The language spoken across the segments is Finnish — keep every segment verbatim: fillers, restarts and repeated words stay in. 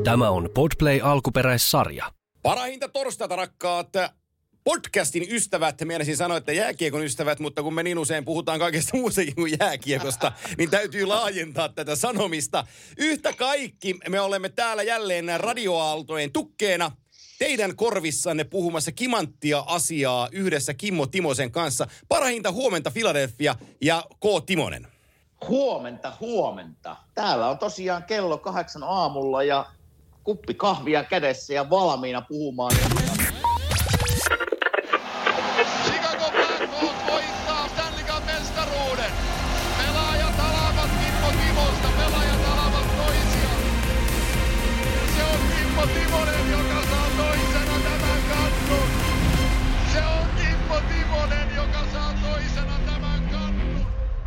Tämä on Podplay alkuperäissarja. Parahinta torstaita, rakkaat podcastin ystävät. Mielestäni sanoa, että jääkiekon ystävät, mutta kun me niin usein puhutaan kaikesta muustakin kuin jääkiekosta, niin täytyy laajentaa tätä sanomista. Yhtä kaikki me olemme täällä jälleen radioaaltojen tukkeena teidän korvissanne puhumassa kimanttia asiaa yhdessä Kimmo Timosen kanssa. Parahinta huomenta Philadelphia ja K. Timonen. Huomenta, huomenta. Täällä on tosiaan kello kahdeksan aamulla ja kuppi kahvia kädessä ja valmiina puhumaan. Chicago Blackhawks voittaa Stanley Cup -mestaruuden. Pelaajat alavat Kimmo Timosta, pelaajat alavat toisiaan. Se on Kimmo Timonen, joka saa toisena tämän kannun. Se on Kimmo Timonen, joka saa toisena tämän kannun.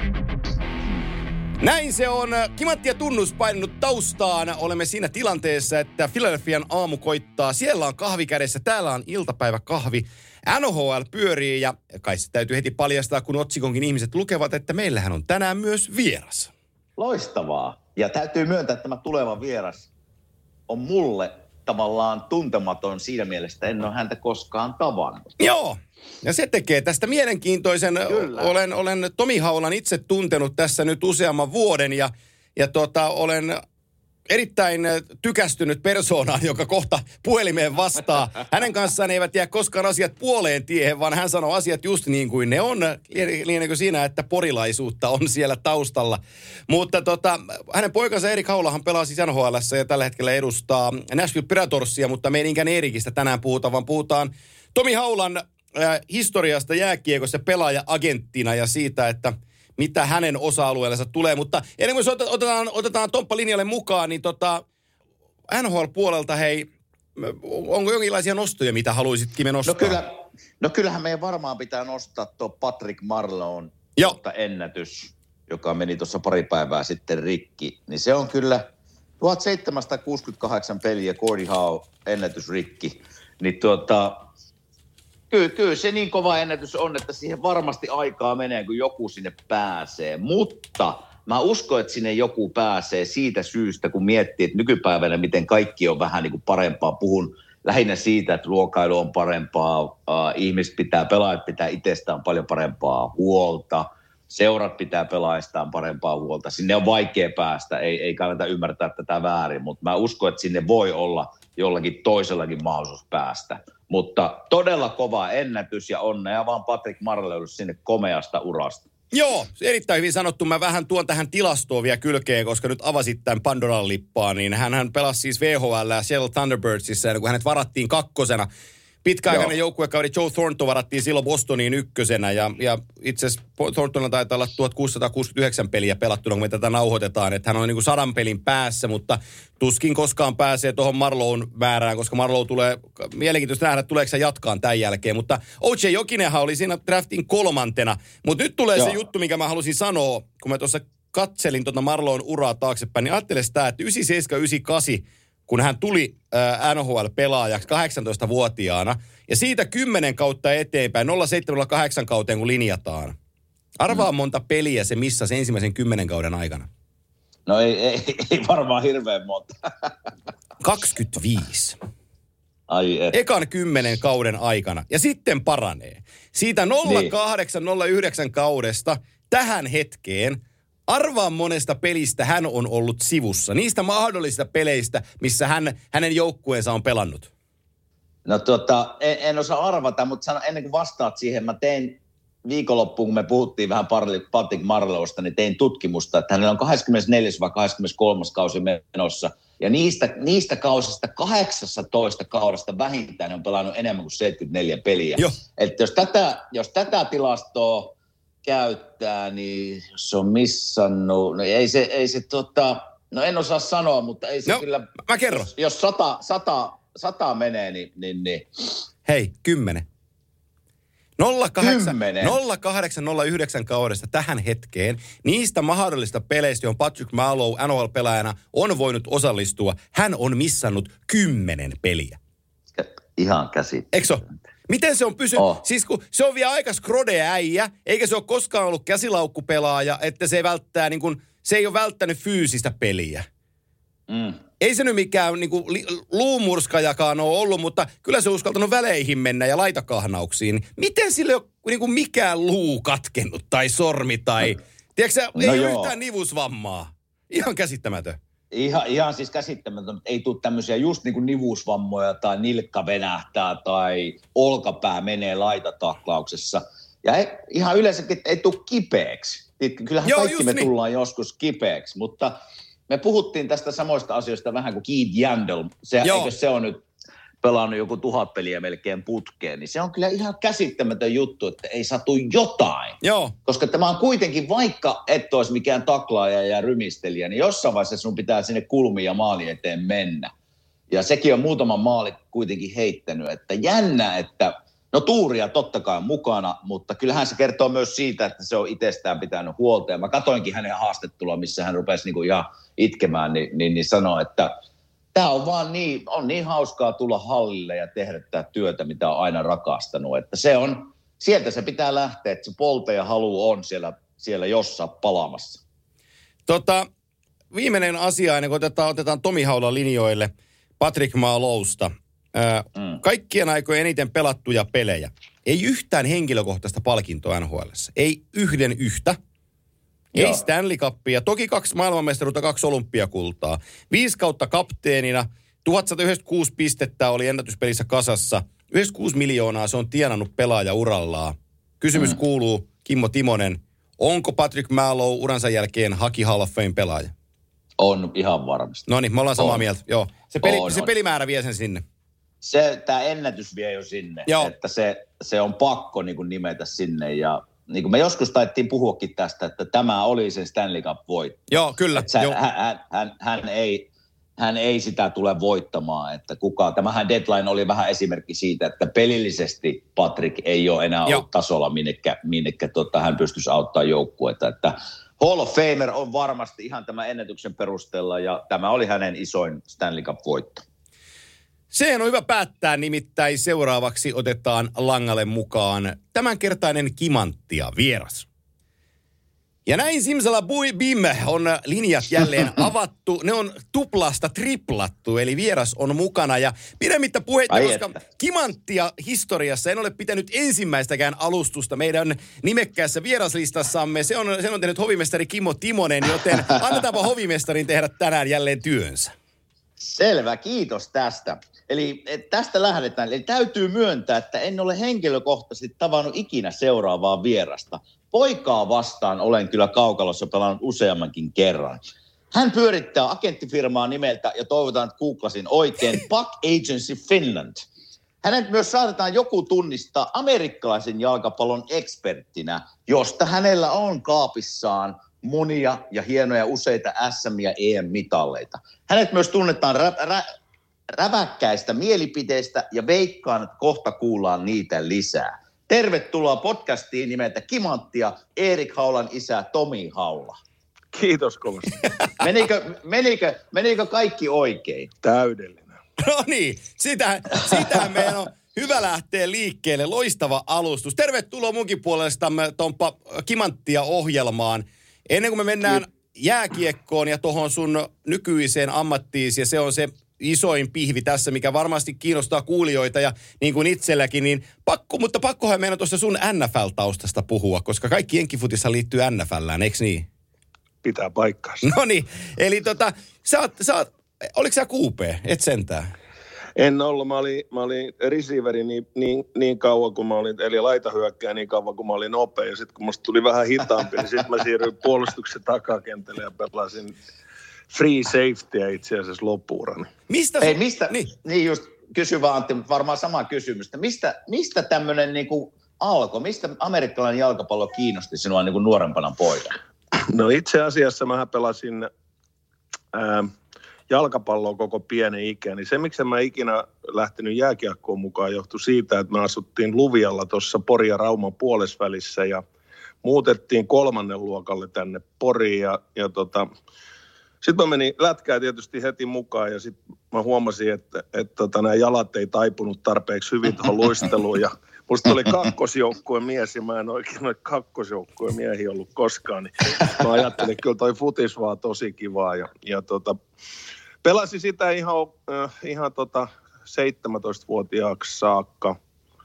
Näin se on. Kimanttia tunnus painunut taustaan. Olemme siinä tilanteessa, että Philadelphian aamu koittaa. Siellä on kahvi kädessä, täällä on iltapäiväkahvi. N H L pyörii ja kai se täytyy heti paljastaa, kun otsikonkin ihmiset lukevat, että meillähän on tänään myös vieras. Loistavaa. Ja täytyy myöntää, että tämä tuleva vieras on mulle tavallaan tuntematon siinä mielessä, että en ole häntä koskaan tavannut. Joo. Ja se tekee tästä mielenkiintoisen. Kyllä. Olen, olen Tomi Haulan itse tuntenut tässä nyt useamman vuoden ja, ja tota, olen erittäin tykästynyt persoonaan, joka kohta puhelimeen vastaa. Hänen kanssaan eivät jää koskaan asiat puoleen tiehen, vaan hän sanoo asiat just niin kuin ne on. Lieneekö siinä, että porilaisuutta on siellä taustalla. Mutta tota, hänen poikansa Erik Haulahan pelaa siis N H L:ssä ja tällä hetkellä edustaa Nashville Predatorsia, mutta me ei niinkään Erikistä tänään puhuta, vaan puhutaan Tomi Haulan äh, historiasta jääkiekossa pelaaja-agenttina ja siitä, että mitä hänen osa-alueellensa tulee. Mutta ennen kuin otetaan, otetaan Tomppa linjalle mukaan, niin tota, N H L-puolelta, hei, onko jonkinlaisia nostoja, mitä haluaisit, Kime, nostaa? No, kyllä, no kyllähän meidän varmaan pitää nostaa tuo Patrick Marleau'n ennätys, joka meni tuossa pari päivää sitten rikki. Niin se on kyllä tuhatseitsemänsataakuusikymmentäkahdeksan peliä Gordie Howe ennätys rikki. Niin tuota... Kyllä, kyllä se niin kova ennätys on, että siihen varmasti aikaa menee, kun joku sinne pääsee. Mutta mä uskon, että sinne joku pääsee siitä syystä, kun miettii, että nykypäivänä miten kaikki on vähän niin kuin parempaa. Puhun lähinnä siitä, että ruokailu on parempaa, äh, ihmiset pitää, pelaajat pitää itsestään paljon parempaa huolta, seurat pitää pelaajistaan parempaa huolta. Sinne on vaikea päästä, ei, ei kannata ymmärtää tätä väärin, mutta mä uskon, että sinne voi olla jollakin toisellakin mahdollisuus päästä. Mutta todella kova ennätys ja onnea vaan Patrick Marleaulle sinne komeasta urasta. Joo, erittäin hyvin sanottu. Mä vähän tuon tähän tilastoon vielä kylkeen, koska nyt avasit tämän Pandoran lippaa, niin hän, hän pelasi siis V H L ja Seattle Thunderbirdsissa, kun hänet varattiin kakkosena. Pitkäaikainen joukkuekauden Joe Thornton varattiin silloin Bostoniin ykkösenä ja, ja itse asiassa Thorntonilla taitaa olla tuhatkuusisataakuusikymmentäyhdeksän peliä pelattuna, kun me tätä nauhoitetaan, että hän on niin kuin sadan pelin päässä, mutta tuskin koskaan pääsee tuohon Marleau'n määrään, koska Marleau tulee, mielenkiintoista nähdä, tuleeko se jatkaan tämän jälkeen, mutta O J Jokinenhan oli siinä draftin kolmantena, mutta nyt tulee Joo. se juttu, minkä mä halusin sanoa, kun mä tuossa katselin tuota Marleau'n uraa taaksepäin, niin ajattele sitä, että yhdeksänkymmentäseitsemän yhdeksänkymmentäkahdeksan kun hän tuli äh, N H L-pelaajaksi kahdeksantoistavuotiaana, ja siitä kymmenen kautta eteenpäin, nolla seitsemän nolla kahdeksan kauteen kun linjataan. Arvaa mm. monta peliä se missasi ensimmäisen kymmenen kauden aikana. No ei, ei, ei varmaan hirveän monta. kaksikymmentäviisi. Ai et. Ekan kymmenen kauden aikana. Ja sitten paranee. Siitä nolla kahdeksan nolla yhdeksän kaudesta tähän hetkeen arvaa monesta pelistä hän on ollut sivussa. Niistä mahdollisista peleistä, missä hän, hänen joukkueensa on pelannut. No tota, en, en osaa arvata, mutta sano, ennen kuin vastaat siihen, mä tein viikonloppuun, kun me puhuttiin vähän Patrick Marleausta, niin tein tutkimusta, että hänellä on kaksikymmentäneljäs vai kaksikymmentäkolmas kausi menossa. Ja niistä, niistä kausista kahdeksastatoista kaudesta vähintään on pelannut enemmän kuin seitsemänkymmentäneljä peliä. Että jos tätä, jos tätä tilastoa käyttää, niin jos se on missannut, no ei se, ei se tota, no en osaa sanoa, mutta ei se no, kyllä. Mä kerron. Jos, jos sata, sata, sata menee, niin, niin, niin. Hei, kymmenen. nolla kahdeksan nolla yhdeksän kaudesta tähän hetkeen niistä mahdollisista peleistä, johon Patrick Marleau N H L-pelaajana on voinut osallistua, hän on missannut kymmenen peliä. Ihan käsittämätöntä. Eikö se ole? Miten se on pysynyt? Oh. Siis kun se on vielä aika skrode-äijä, eikä se ole koskaan ollut käsilaukkupelaaja, että se, välttää, niin kun, se ei ole välttänyt fyysistä peliä. Mm. ei se nyt mikään niinku, li, luumurskajakaan ole ollut, mutta kyllä se on uskaltanut väleihin mennä ja laitakahnauksiin. Miten sille on niinku mikään luu katkennut tai sormi tai... No, tiedätkö sä, no ei ole yhtään nivusvammaa. Ihan käsittämätön. Ihan, ihan siis käsittämätön. Ei tule tämmöisiä just niin kuin nivusvammoja tai nilkka venähtää tai olkapää menee laitataklauksessa. Ja ei, ihan yleensäkin ei tule kipeäksi. Kyllähän Joo, kaikki me niin. tullaan joskus kipeäksi, mutta me puhuttiin tästä samoista asioista vähän kuin Keith Yandel. Se, eikö se on nyt pelannut joku tuhat peliä melkein putkeen, niin se on kyllä ihan käsittämätön juttu, että ei satu jotain. Joo. Koska tämä on kuitenkin, vaikka et olisi mikään taklaaja ja rymistelijä, niin jossain vaiheessa sun pitää sinne kulmiin ja maali eteen mennä. Ja sekin on muutama maali kuitenkin heittänyt, että jännä, että no tuuria totta kai mukana, mutta kyllähän se kertoo myös siitä, että se on itsestään pitänyt huolta. Ja mä katoinkin hänen haastattelua, missä hän rupesi niinku ihan itkemään, niin, niin, niin sanoi, että tämä on vaan niin, on niin hauskaa tulla hallille ja tehdä tätä työtä, mitä on aina rakastanut. Että se on, sieltä se pitää lähteä, että se polta ja halu on siellä, siellä jossain palaamassa. Tota, viimeinen asia, ennen kuin otetaan, otetaan Tomi Haulan linjoille Patrick Malonesta. Äh, mm. Kaikkien aikojen eniten pelattuja pelejä. Ei yhtään henkilökohtaista palkintoa N H L:ssä. Ei yhden yhtä. Joo. Ei Stanley Cupia. Toki kaksi maailmanmestaruutta, kaksi olympiakultaa. Viisi kautta kapteenina. tuhatsata yhdeksänkymmentäkuusi pistettä oli ennätyspelissä kasassa. yhdeksänkymmentäkuusi miljoonaa se on tienannut pelaaja urallaan. Kysymys mm. kuuluu, Kimmo Timonen, onko Patrick Malone uransa jälkeen Hockey Hall of Fame pelaaja? On ihan varmasti. No niin, me ollaan samaa on. mieltä. Joo. Se, peli, on, se on. pelimäärä vie sen sinne. Se, tämä ennätys vie jo sinne, Joo. että se, se on pakko niin kuin nimetä sinne. Ja niin kuin me joskus taittiin puhuakin tästä, että tämä oli sen Stanley Cup-voitto. Joo, kyllä. Sä, Joo. Hän, hän, hän, ei, hän ei sitä tule voittamaan, että kuka. Tämähän deadline oli vähän esimerkki siitä, että pelillisesti Patrick ei ole enää Joo. ollut tasolla, minnekä, minnekä tota, hän pystyisi auttamaan joukkuetta. Että Hall of Famer on varmasti ihan tämän ennätyksen perusteella ja tämä oli hänen isoin Stanley Cup-voitto. Sehän on hyvä päättää, nimittäin seuraavaksi otetaan langalle mukaan tämänkertainen Kimanttia vieras. Ja näin Simsala Bui Bim on linjat jälleen avattu. Ne on tuplasta triplattu, eli vieras on mukana. Ja pidemmittä puheita, koska Kimanttia historiassa en ole pitänyt ensimmäistäkään alustusta meidän nimekkäässä vieraslistassamme. Se on, sen on tehnyt hovimestari Kimmo Timonen, joten annetaanpa hovimestarin tehdä tänään jälleen työnsä. Selvä, kiitos tästä. Eli tästä lähdetään. Eli täytyy myöntää, että en ole henkilökohtaisesti tavannut ikinä seuraavaa vierasta. Poikaa vastaan olen kyllä kaukalossa pelannut useammankin kerran. Hän pyörittää agenttifirmaa nimeltä, ja toivotaan, että googlasin oikein, Puck Agency Finland. Hänet myös saatetaan joku tunnistaa amerikkalaisen jalkapallon eksperttinä, josta hänellä on kaapissaan monia ja hienoja useita S M- ja E M-mitalleita. Hänet myös tunnetaan rä- rä- räväkkäistä mielipiteistä ja veikkaan, että kohta kuullaan niitä lisää. Tervetuloa podcastiin nimeltä Kimanttia, Erik Haulan isä Tomi Haula. Kiitos kovasti. Menikö, menikö, menikö kaikki oikein? Täydellinen. No niin, sitä, sitä meidän on hyvä lähteä liikkeelle. Loistava alustus. Tervetuloa munkin puolestamme Tompa Kimanttia-ohjelmaan. Ennen kuin me mennään jääkiekkoon ja tuohon sun nykyiseen ammattiisi, ja se on se isoin pihvi tässä, mikä varmasti kiinnostaa kuulijoita ja niin kuin itselläkin, niin pakko, mutta pakkohan meidän tuossa sun N F L-taustasta puhua, koska kaikki jenkifutissa liittyy N F Lään, eikö niin? Pitää paikkaansa. No niin, eli tota, sä oot, sä oot, oliko sä Q P, et sentään? En ollut, mä olin, mä olin receiveri niin, niin, niin kauan kuin mä olin, eli laitahyökkääjä niin kauan kuin mä olin nopea, ja sitten kun musta tuli vähän hitaampi, niin sitten mä siirryin puolustuksen takakentälle ja pelasin free safetyä itse asiassa loppuurani. Mistä Ei, sun... mistä, niin. niin just, kysy vaan Antti, varmaan sama kysymystä. Mistä, mistä tämmöinen niinku alkoi? Mistä amerikkalainen jalkapallo kiinnosti sinua niinku nuorempana poikana? No itse asiassa mä pelasin ää, jalkapalloa koko pienen ikäni. Se, miksi mä ikinä lähtenyt jääkiekkoon mukaan, johtui siitä, että me asuttiin Luvialla tuossa Pori ja Rauman puolesvälissä ja muutettiin kolmannen luokalle tänne Poriin ja, ja tota, sitten mä menin lätkään tietysti heti mukaan ja sitten mä huomasin, että, että tota, nämä jalat ei taipunut tarpeeksi hyvin tuohon luisteluun ja musta oli kakkosjoukkueen mies ja mä en oikein noita kakkosjoukkueen miehiä ollut koskaan, niin mä ajattelin, että kyllä toi futis vaan tosi kivaa ja, ja tota, Pelasi sitä ihan, äh, ihan tota seitsemäntoistavuotiaaksi saakka.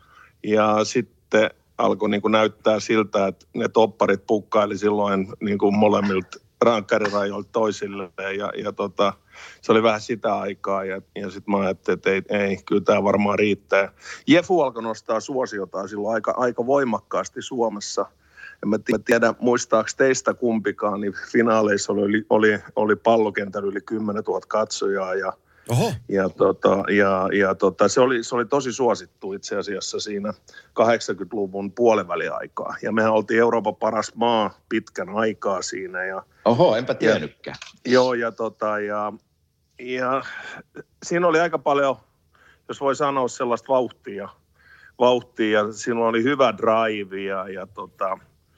Ja sitten alkoi niin kuin näyttää siltä, että ne topparit pukkaili silloin niin kuin molemmilta rankkarirajoilta toisilleen. Ja, ja tota, se oli vähän sitä aikaa. Ja, ja sitten mä ajattelin, että ei, ei kyllä tämä varmaan riittää. Jefu alkoi nostaa suosiotaan silloin aika, aika voimakkaasti Suomessa. En mä tiedä, muistaako teistä kumpikaan, niin finaaleissa oli, oli, oli pallokentällä yli kymmenen tuhatta katsojaa ja, ja, tota, ja, ja tota, se, oli, se oli tosi suosittu itse asiassa siinä kahdeksankymmentäluvun puoliväliaikaa. Ja mehän oltiin Euroopan paras maa pitkän aikaa siinä. Ja, Oho, enpä tiennytkään. Ja, joo, ja, tota, ja, ja siinä oli aika paljon, jos voi sanoa, sellaista vauhtia. vauhtia ja siinä oli hyvä drive ja, ja tota,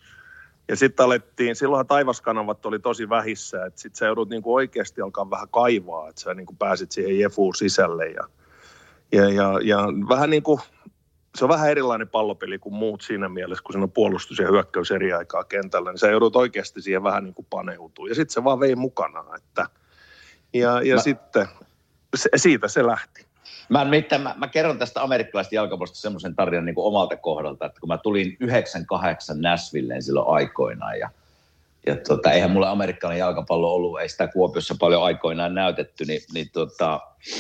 Ja sitten alettiin, silloinhan taivaskanavat oli tosi vähissä, että sitten sä joudut niinku oikeasti alkaa vähän kaivaa, että sä niinku pääsit siihen Jefuun sisälle. Ja, ja, ja, ja vähän niin kuin, se on vähän erilainen pallopeli kuin muut siinä mielessä, kun siinä on puolustus ja hyökkäys eri aikaa kentällä, niin sä joudut oikeasti siihen vähän niin kuin paneutumaan. Ja sitten se vaan vei mukanaan, että ja, ja mä... sitten se, siitä se lähti. Mä, mitään, mä, mä kerron tästä amerikkalaisesta jalkapallosta semmoisen tarinan niin kuin omalta kohdalta, että kun mä tulin yhdeksänkymmentäkahdeksan Nashvilleen silloin aikoinaan ja, ja tota, eihän mulla amerikkalainen jalkapallo ollut, ei sitä Kuopiossa paljon aikoinaan näytetty, niin, niin tota,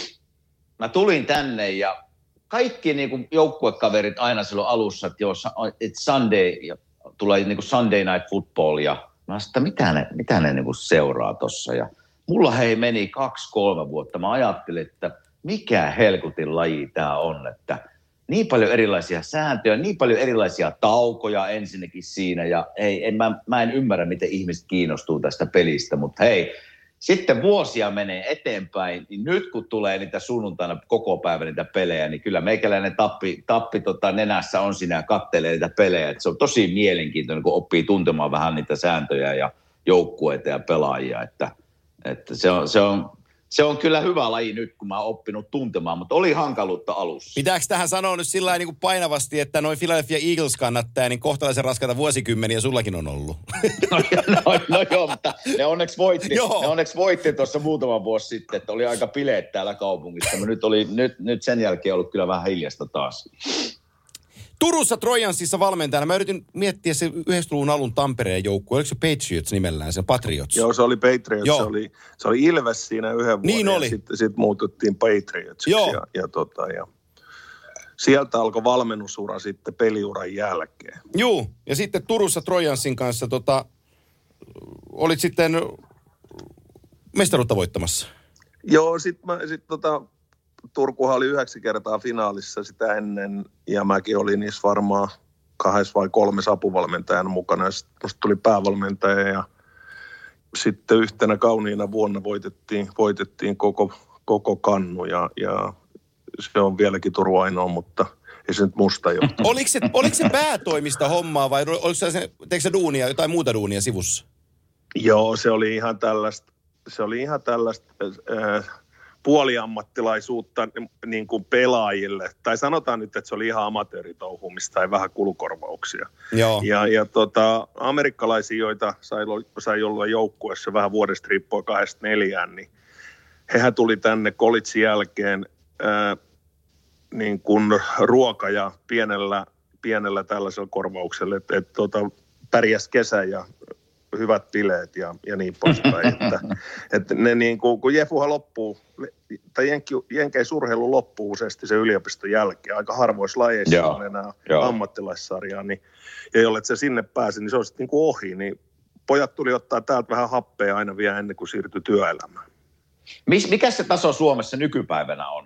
mä tulin tänne ja kaikki niin kuin joukkuekaverit aina silloin alussa, että joo, it's Sunday, ja tulee niin kuin Sunday Night Football ja mä sanoin, että mitä ne, mitä ne niin kuin seuraa tossa ja mulla hei meni kaksi, kolme vuotta, mä ajattelin, että mikä helkutin laji tämä on, että niin paljon erilaisia sääntöjä, niin paljon erilaisia taukoja ensinnäkin siinä, ja ei, en, mä, mä en ymmärrä, miten ihmiset kiinnostuu tästä pelistä, mutta hei, sitten vuosia menee eteenpäin, niin nyt kun tulee niitä sunnuntaina koko päivä niitä pelejä, niin kyllä meikäläinen tappi, tappi tota nenässä on siinä ja kattelee niitä pelejä, että se on tosi mielenkiintoinen, kun oppii tuntemaan vähän niitä sääntöjä ja joukkueita ja pelaajia, että, että se on... Se on Se on kyllä hyvä laji nyt, kun mä oon oppinut tuntemaan, mutta oli hankaluutta alussa. Pitääkö tähän sanoa nyt sillä niin kuin painavasti, että noin Philadelphia Eagles kannattaa, niin kohtalaisen raskaita vuosikymmeniä sullakin on ollut? No, no, no joo, mutta ne onneksi voitti, ne onneksi voitti tuossa muutama vuosi sitten, että oli aika bileet täällä kaupungissa. Mä nyt, oli, nyt, nyt sen jälkeen ollut kyllä vähän hiljasta taas. Turussa Trojansissa valmentajana. Mä yritin miettiä se yhdeksänkymmentäluvun alun Tampereen joukkue. Oliko se Patriots nimellään, se Patriots? Joo, se oli Patriots. Se oli, se oli Ilves siinä yhden vuoden. Niin oli. Sitten sit muututtiin Patriotsiksi. Joo. Ja, ja, tota, ja sieltä alkoi valmennusura sitten peliuran jälkeen. Joo, ja sitten Turussa Trojansin kanssa tota, olit sitten mestaruutta voittamassa. Joo, sitten mä sit tota... Turkuhan oli yhdeksän kertaa finaalissa sitä ennen, ja mäkin olin niissä varmaan kahdessa vai kolmes apuvalmentajan mukana, ja sitten musta tuli päävalmentaja, ja sitten yhtenä kauniina vuonna voitettiin, voitettiin koko, koko kannu, ja, ja se on vieläkin Turun ainoa, mutta ei se nyt musta johtu. Oliko se, oliko se päätoimista hommaa, vai oliko se, teikö se duunia, jotain muuta duunia sivussa? Joo, se oli ihan tällaista, se oli ihan tällaista... Äh, puoliammattilaisuutta niin kuin pelaajille. Tai sanotaan nyt, että se oli ihan amatööritouhumista tai vähän kulukorvauksia. Joo. Ja, ja tota, amerikkalaisia, joita sai, sai olla joukkueessa vähän vuodesta riippuen kahdesta neljään, niin hehän tuli tänne college jälkeen ää, niin kuin ruoka- ja pienellä, pienellä tällaisella korvauksella, että et, tota, pärjäs kesä ja hyvät bileet ja, ja niin poispäin. että, että ne niin kuin, kun Jefuhan loppuu, tai Jenki, Jenkeis urheilu loppuu useasti sen yliopiston jälkeen, aika harvoissa lajeissa on enää joo. ammattilaissarjaa, niin, ja jollet se sinne pääsi, niin se on sitten niin kuin ohi, niin pojat tuli ottaa täältä vähän happea aina vielä ennen kuin siirtyi työelämään. Mis, mikä se taso Suomessa nykypäivänä on?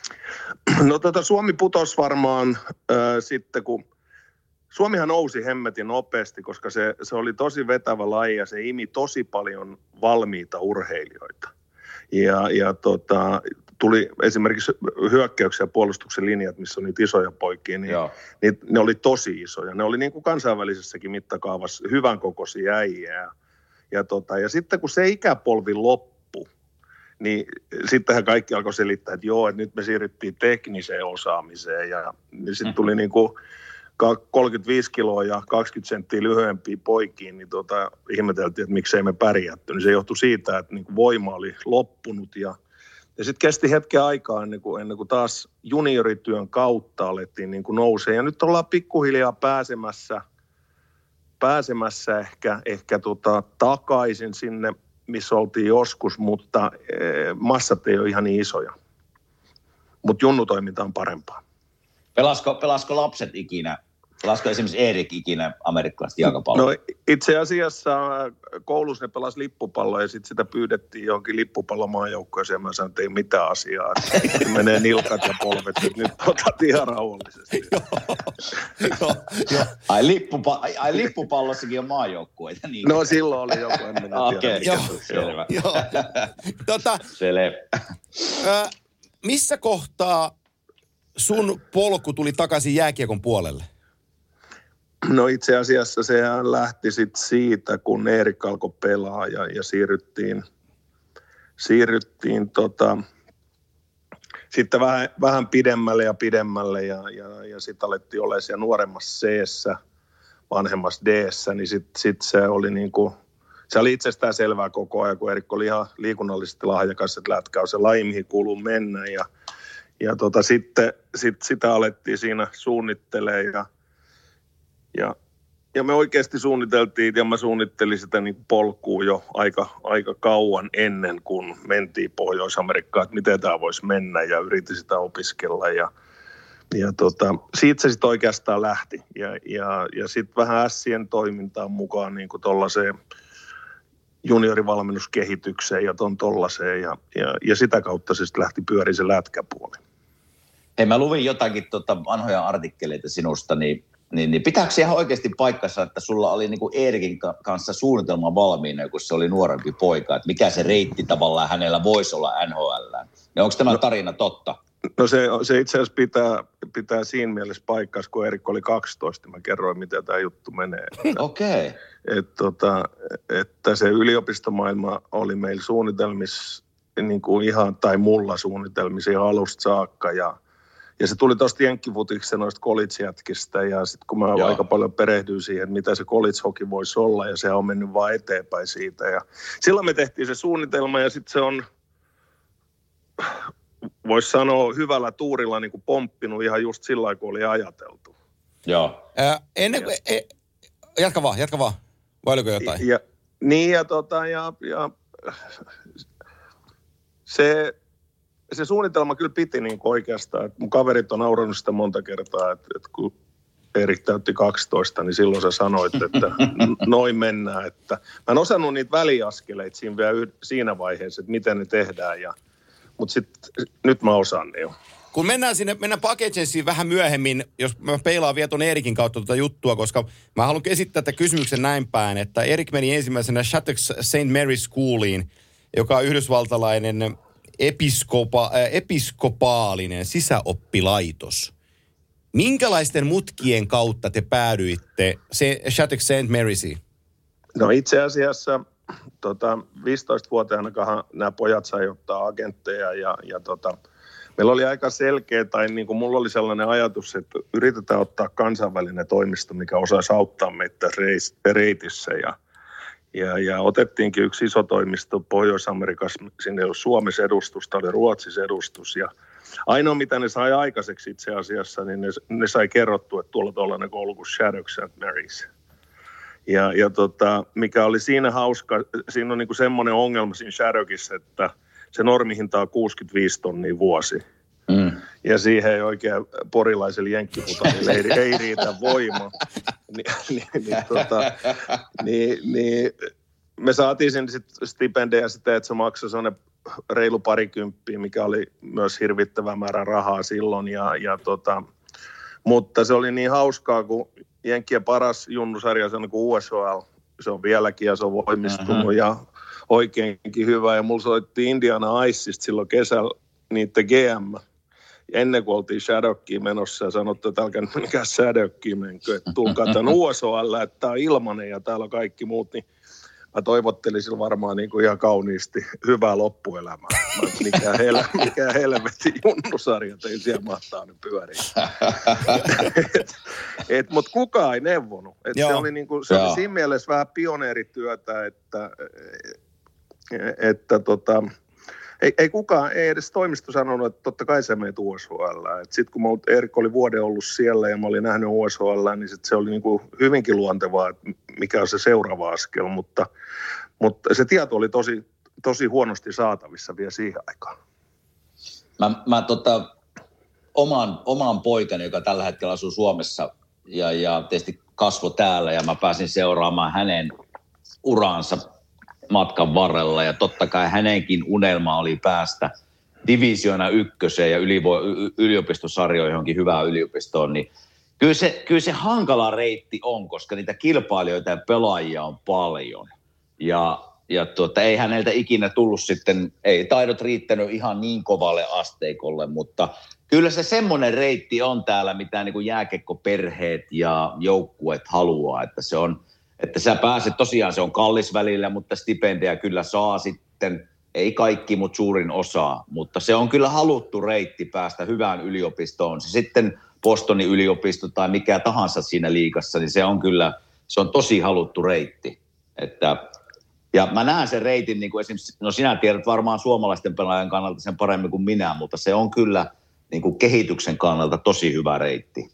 No tota, Suomi putosi varmaan äh, sitten, kun Suomihan nousi hemmetin nopeasti, koska se, se oli tosi vetävä laji ja se imi tosi paljon valmiita urheilijoita. Ja, ja tota, tuli esimerkiksi hyökkäyksen ja puolustuksen linjat, missä on niitä isoja poikia, niin, niin ne oli tosi isoja. Ne oli niin kuin kansainvälisessäkin mittakaavassa hyvän kokoisia äijää. Ja, ja, tota, ja sitten kun se ikäpolvi loppui, niin sittenhän kaikki alkoi selittää, että joo, että nyt me siirryttiin tekniseen osaamiseen. Ja niin sitten tuli niin kuin kolmekymmentäviisi kiloa ja kaksikymmentä senttiä lyhyempiä poikiin, niin tota, ihmeteltiin, että miksei me pärjätty. Niin se johtui siitä, että niin kuin voima oli loppunut ja Ja sitten kesti hetken aikaa ennen kuin, ennen kuin taas juniorityön kautta alettiin niin kuin nousee. Ja nyt ollaan pikkuhiljaa pääsemässä, pääsemässä ehkä, ehkä tota, takaisin sinne, missä oltiin joskus, mutta e, massat ei ole ihan niin isoja. Mutta junnutoiminta on parempaa. Pelasko, pelasko lapset ikinä? Pelasko esimerkiksi Erik ikinä amerikkalaista jalkapalloa? No itse asiassa koulussa ne pelasi lippupalloa ja sitten sitä pyydettiin johonkin lippupallomaajoukkoeseen. Mä sanoin, että ei mitään asiaa. Että menee nilkat ja polvet, että nyt otat ihan rauhallisesti. ai, lippupa- ai, ai lippupallossakin on maajoukkueita. Niin. No silloin oli joku, en minä tiedä. Okei, okay, selvä. Joo. tota, selvä. Ö, missä kohtaa sun polku tuli takaisin jääkiekon puolelle? No itse asiassa sehän lähti sit siitä, kun Erik alkoi pelaa ja, ja siirryttiin, siirryttiin tota, sitten vähän, vähän pidemmälle ja pidemmälle ja, ja, ja sitten alettiin olemaan siellä nuoremmassa C-ssä, vanhemmassa D-ssä, niin sitten sit se oli niinku, se oli itsestään selvää koko ajan, kun Erik oli ihan liikunnallisesti lahjakas, että lätkä on se laji, mihin kuuluu mennä ja, ja tota, sitten sit sitä alettiin siinä suunnittelemaan ja Ja, ja me oikeasti suunniteltiin, ja mä suunnittelin sitä niin polkua jo aika, aika kauan ennen kuin mentiin Pohjois-Amerikkaan, että miten tämä voisi mennä, ja yritin sitä opiskella. Ja, ja tota, siitä se sitten oikeastaan lähti. Ja, ja, ja sitten vähän ässien toimintaan mukaan niin kuin tuollaiseen juniorivalmennuskehitykseen ja ton tollaiseen. Ja, ja, ja sitä kautta se sitten lähti pyöriin se lätkäpuoli. Hei, mä luvin jotakin tota vanhoja artikkeleita sinusta, niin Niin, niin pitääkö se ihan oikeasti paikkansa, että sulla oli niin kuin Eerikin kanssa suunnitelma valmiina, kun se oli nuorempi poika, että mikä se reitti tavallaan hänellä voisi olla N H L? Ja onko tämä no, tarina totta? No se, se itse asiassa pitää, pitää siinä mielessä paikkansa, kun Erik oli kaksitoista, mä kerroin, miten tämä juttu menee. Okei. Okay. Et, tota, että se yliopistomaailma oli meillä suunnitelmissa, niin kuin ihan, tai mulla suunnitelmissa ihan alusta saakka, ja Ja se tuli tuosta jenkkifutiksesta noista college-jätkistä ja sitten kun mä Joo. aika paljon perehdyin siihen, mitä se college-hoki voisi olla ja se on mennyt vaan eteenpäin siitä. Ja silloin me tehtiin se suunnitelma ja sitten se on, voisi sanoa, hyvällä tuurilla niin kuin pomppinut ihan just sillä lailla, kun oli ajateltu. Joo. Äh, ennen kuin, e, jatka vaan, jatka vaan. Vai oliko jotain? Ja, niin ja tota ja, ja se... Se suunnitelma kyllä piti niin oikeastaan, että mun kaverit on naurannut sitä monta kertaa, että, että kun Erik täytti kaksitoista, niin silloin sä sanoit, että noin mennään. Että mä en osannut niitä väliaskeleita siinä, vielä, siinä vaiheessa, että miten ne tehdään, ja, mutta sitten nyt mä osaan ne jo. Kun mennään sinne, mennään Pagegensiin vähän myöhemmin, jos mä peilaan vielä ton Erikin kautta tuota juttua, koska mä haluan esittää tätä kysymyksen näin päin, että Erik meni ensimmäisenä Shattuck Saint Mary Schooliin, joka on yhdysvaltalainen Episkopa, äh, episkopaalinen sisäoppilaitos. Minkälaisten mutkien kautta te päädyitte se Shattuck Saint Marysiin? No itse asiassa tota, viisitoistavuotiaanakaan nämä pojat sai ottaa agentteja ja, ja tota, meillä oli aika selkeä, tai niin kuin mulla oli sellainen ajatus, että yritetään ottaa kansainvälinen toimisto, mikä osaisi auttaa meitä reitissä ja Ja, ja otettiinkin yksi iso toimisto Pohjois-Amerikassa, sinne ei ollut Suomessa edustusta, oli Ruotsissa edustus. Ja ainoa, mitä ne sai aikaiseksi itse asiassa, niin ne, ne sai kerrottua, että tuolla tuollainen koulu kuin Shattuck Saint Mary's. Ja, ja tota, mikä oli siinä hauska, siinä on niinku semmoinen ongelma siinä Shattuckissa, että se normihinta on kuusikymmentäviisi tonnia vuosi. Mm. Ja siihen ei oikein porilaiselle jenkkiputanille ei, ei riitä voima. Ni, ni, ni, tota, niin, niin, me saatiin sen sit stipendejä sitä, että se maksoi sellainen reilu parikymppiä, mikä oli myös hirvittävä määrä rahaa silloin. Ja, ja tota, mutta se oli niin hauskaa, kun jenkkien paras junnusarja, se on niin kuin U S H L, se on vieläkin ja se on voimistunut uh-huh. ja oikeinkin hyvä. Ja mulla soitti Indiana Icesta silloin kesällä niiden G M. Ennen kuin oltiin Shattockiin menossa ja sanottu, että älkää nyt menkään Shattockiin menkö, että tulkaa tämän U S H L, että tämä on ilmanen ja täällä on kaikki muut, niin mä toivottelin sillä varmaan niin kuin ihan kauniisti hyvää loppuelämää. Mä, mikä, hel, mikä helvetin junnusarjat ei siellä mahtaa nyt pyöriä. Mutta kukaan ei neuvonut. Et se oli, niin kuin, se oli siinä mielessä vähän pioneerityötä, että, että tota, ei, ei kukaan, ei edes toimisto sanonut, että totta kai sä meet U S H L. Sitten kun mä, Erik oli vuoden ollut siellä ja mä olin nähnyt U S H L, niin sit se oli niin kuin hyvinkin luontevaa, että mikä on se seuraava askel. Mutta, mutta se tieto oli tosi, tosi huonosti saatavissa vielä siihen aikaan. Mä, mä tota, oman, oman poikani, joka tällä hetkellä asuu Suomessa ja, ja tietysti kasvoi täällä ja mä pääsin seuraamaan hänen uraansa matkan varrella ja totta kai hänenkin unelma oli päästä divisioona ykköseen ja ylivo- yliopistosarjoihin johonkin hyvään yliopistoon, niin kyllä se, kyllä se hankala reitti on, koska niitä kilpailijoita ja pelaajia on paljon ja, ja tuota, ei häneltä ikinä tullut sitten, ei taidot riittänyt ihan niin kovalle asteikolle, mutta kyllä se semmoinen reitti on täällä, mitä niin kuin jääkiekkoperheet ja joukkueet haluaa, että se on että sä pääset, tosiaan se on kallis välillä, mutta stipendejä kyllä saa sitten, ei kaikki, mutta suurin osa. Mutta se on kyllä haluttu reitti päästä hyvään yliopistoon. Se sitten Bostonin yliopisto tai mikä tahansa siinä liigassa, niin se on kyllä, se on tosi haluttu reitti. Että, ja mä näen sen reitin, niin kuin esimerkiksi, no sinä tiedät varmaan suomalaisten pelaajan kannalta sen paremmin kuin minä, mutta se on kyllä niin kuin kehityksen kannalta tosi hyvä reitti.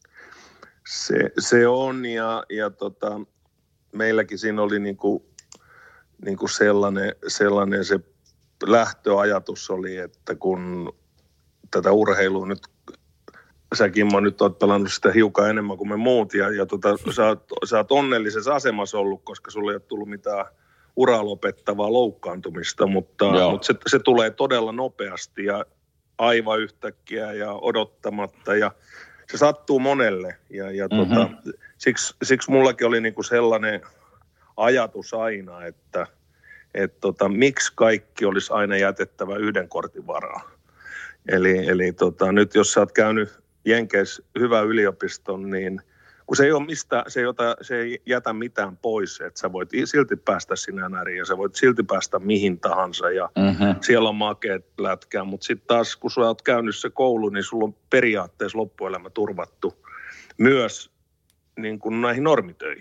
Se, se on ja, ja tota... meilläkin siinä oli niinku, niinku sellainen, sellainen se lähtöajatus oli, että kun tätä urheilua nyt, säkin mä nyt oot pelannut sitä hiukan enemmän kuin me muut, ja, ja tota, sä, oot, sä oot onnellisessa asemassa ollut, koska sulla ei ole tullut mitään uraa lopettavaa loukkaantumista, mutta, mutta se, se tulee todella nopeasti ja aivan yhtäkkiä ja odottamatta, ja se sattuu monelle, ja, ja mm-hmm. tota, siksi, siksi mullakin oli niinku sellainen ajatus aina, että et tota, miksi kaikki olisi aina jätettävä yhden kortin varaan. Eli, eli tota, nyt jos sä oot käynyt Jenkeissä hyvän yliopiston, niin kun se ei ole mistä, se ei, ota, se ei jätä mitään pois, että sä voit silti päästä sinä näriin ja sä voit silti päästä mihin tahansa ja mm-hmm. siellä on makeat lätkää, mutta sitten taas kun sä oot käynyt se koulu, niin sulla on periaatteessa loppuelämä turvattu myös niin kuin näihin normitöihin.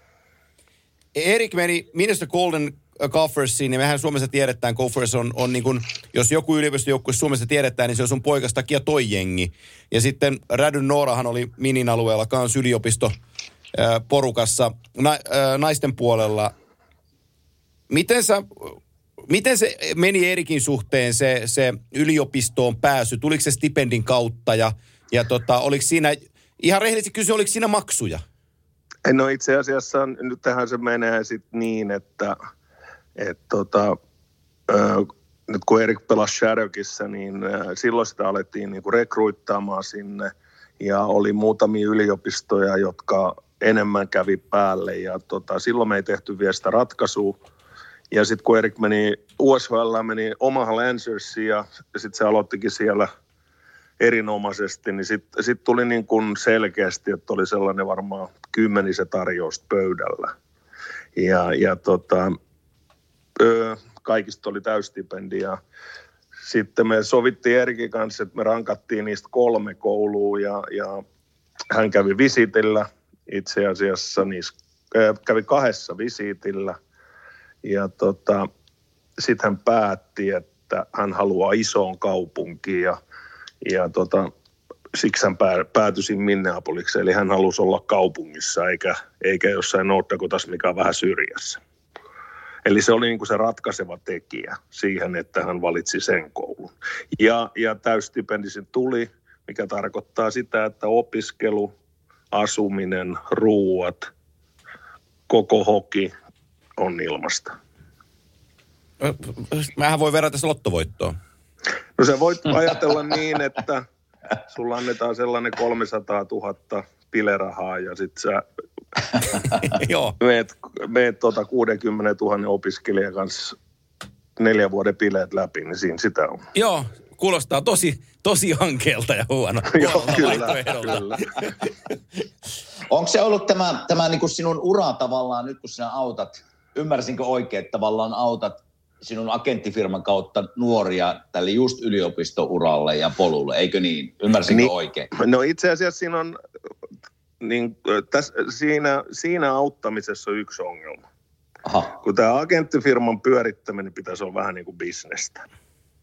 Erik meni Minnesota Golden Gophersiin, niin mehän Suomessa tiedetään, Gophers on, on niin kuin, jos joku yliopistojoukkue Suomessa tiedetään, niin se on sun poikas takia toi jengi. Ja sitten Rädyn Noorahan oli Minin alueella kans yliopisto ää, porukassa na, ää, naisten puolella. Miten, sä, miten se meni Erikin suhteen se, se yliopistoon pääsy? Tuliko se stipendin kautta ja, ja tota, oliko siinä, ihan rehellisesti kysyn, oliko siinä maksuja? No itse asiassa nyt tähän se menee sitten niin, että Et tota, äh, nyt kun Erik pelasi Sharrockissa, niin äh, silloin sitä alettiin niinku rekruittaamaan sinne ja oli muutamia yliopistoja, jotka enemmän kävi päälle ja tota, silloin me ei tehty vielä sitä ratkaisua. Ja sitten kun Erik meni U S H L, meni Omaha Lancersiin ja sitten se aloittikin siellä erinomaisesti, niin sitten sit tuli niin kuin selkeästi, että oli sellainen varmaan kymmenisen tarjousta pöydällä. Ja, ja tota... Öö, kaikista oli täystipendi ja sitten me sovittiin Erikin kanssa, että me rankattiin niistä kolme koulua ja, ja hän kävi visitillä itse asiassa, niissä, äh, kävi kahdessa visitillä ja tota, sitten hän päätti, että hän haluaa isoon kaupunkiin ja, ja tota, siksi hän pää, päätyi Minneapolikseen, eli hän halusi olla kaupungissa eikä, eikä jossain North Dakotassa, mikä on vähän syrjässä. Eli se oli niin kuin se ratkaiseva tekijä siihen, että hän valitsi sen koulun. Ja, ja täystipendisin tuli, mikä tarkoittaa sitä, että opiskelu, asuminen, ruuat, koko hoki on ilmasta. Mähän voi verrata se lottovoittoon. No sä voit ajatella niin, että sulla annetaan sellainen kolmesataatuhatta pilerahaa ja sit sä meet, meet tuota kuusikymmentätuhatta opiskelijan kanssa neljän vuoden bileet läpi, niin siinä sitä on. Joo, kuulostaa tosi, tosi hankeelta ja huono. Joo, kyllä, kyllä. Onko se ollut tämä, tämä niin kuin sinun ura tavallaan nyt, kun sinä autat, ymmärsinkö oikein, että tavallaan autat sinun agenttifirman kautta nuoria tälle just yliopistouralle ja polulle, eikö niin? Ymmärsinkö niin, oikein? No itse asiassa siinä on... Niin, täs, siinä, siinä auttamisessa on yksi ongelma. Aha. Kun tämä agenttifirman pyörittäminen pitäisi olla vähän niin kuin bisnestä.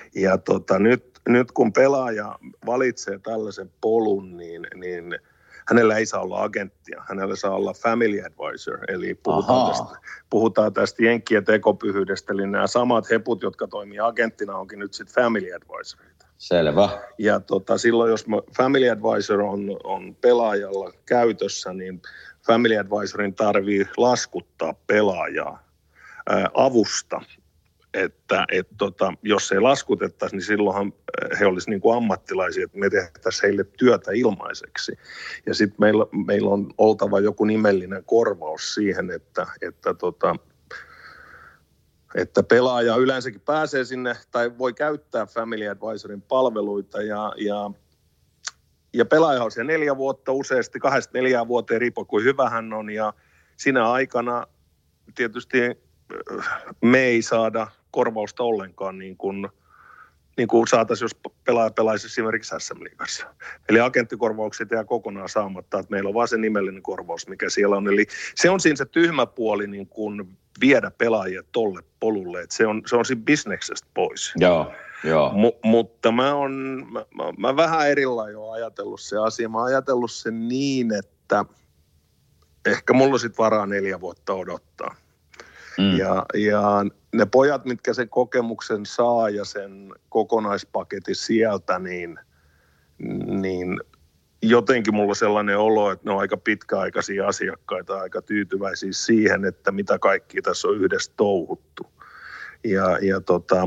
Ja tota, nyt, nyt kun pelaaja valitsee tällaisen polun, niin, niin hänellä ei saa olla agenttia, hänellä saa olla family advisor, eli puhutaan tästä, puhutaan tästä jenkkien tekopyhyydestä, eli nämä samat heput, jotka toimii agenttina, onkin nyt sitten family advisoreita. Selvä. Ja tota, silloin, jos family advisor on, on pelaajalla käytössä, niin family advisorin tarvii laskuttaa pelaajaa ää, avusta. Että et tota, jos ei laskutettaisi, niin silloinhan he olisivat niin kuin ammattilaisia, että me tehtäisiin heille työtä ilmaiseksi. Ja sitten meillä, meillä on oltava joku nimellinen korvaus siihen, että, että, tota, että pelaaja yleensäkin pääsee sinne tai voi käyttää Family Advisorin palveluita ja, ja, ja pelaaja on siellä neljä vuotta useasti, kahdesta neljään vuoteen riippuen kuin hyvä hän on ja siinä aikana tietysti me ei saada korvausta ollenkaan niin kuin, niin kuin saataisiin, jos pelaaja pelaisi esimerkiksi S M-liigassa. Eli agenttikorvaukset jää kokonaan saamatta, että meillä on vaan se nimellinen korvaus, mikä siellä on. Eli se on siinä se tyhmä puoli niin kuin viedä pelaajia tolle polulle, että se on, se on siinä bisneksestä pois. Joo, joo. M- mutta mä oon mä, mä, mä vähän erilainen jo ajatellut se asia. Mä oon ajatellut sen niin, että ehkä mulla on sit varaa neljä vuotta odottaa. Mm. Ja, ja ne pojat, mitkä sen kokemuksen saa ja sen kokonaispaketin sieltä, niin, niin jotenkin mulla on sellainen olo, että ne on aika pitkäaikaisia asiakkaita, aika tyytyväisiä siihen, että mitä kaikki tässä on yhdessä touhuttu. Ja, ja tota,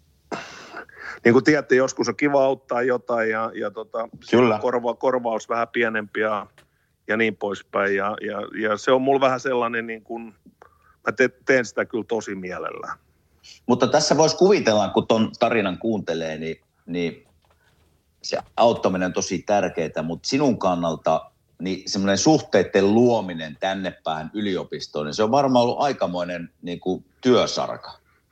niin kuin tiedätte, joskus on kiva auttaa jotain ja, ja tota, korva, korvaus vähän pienempi ja, ja niin poispäin. Ja, ja, ja se on mulla vähän sellainen niin kuin mä te, teen sitä kyllä tosi mielellään. Mutta tässä voisi kuvitella, kun ton tarinan kuuntelee, niin, niin se auttaminen on tosi tärkeää, mutta sinun kannalta niin semmoinen suhteiden luominen tänne päin yliopistoon, niin se on varmaan ollut aikamoinen niin kuin työsarka.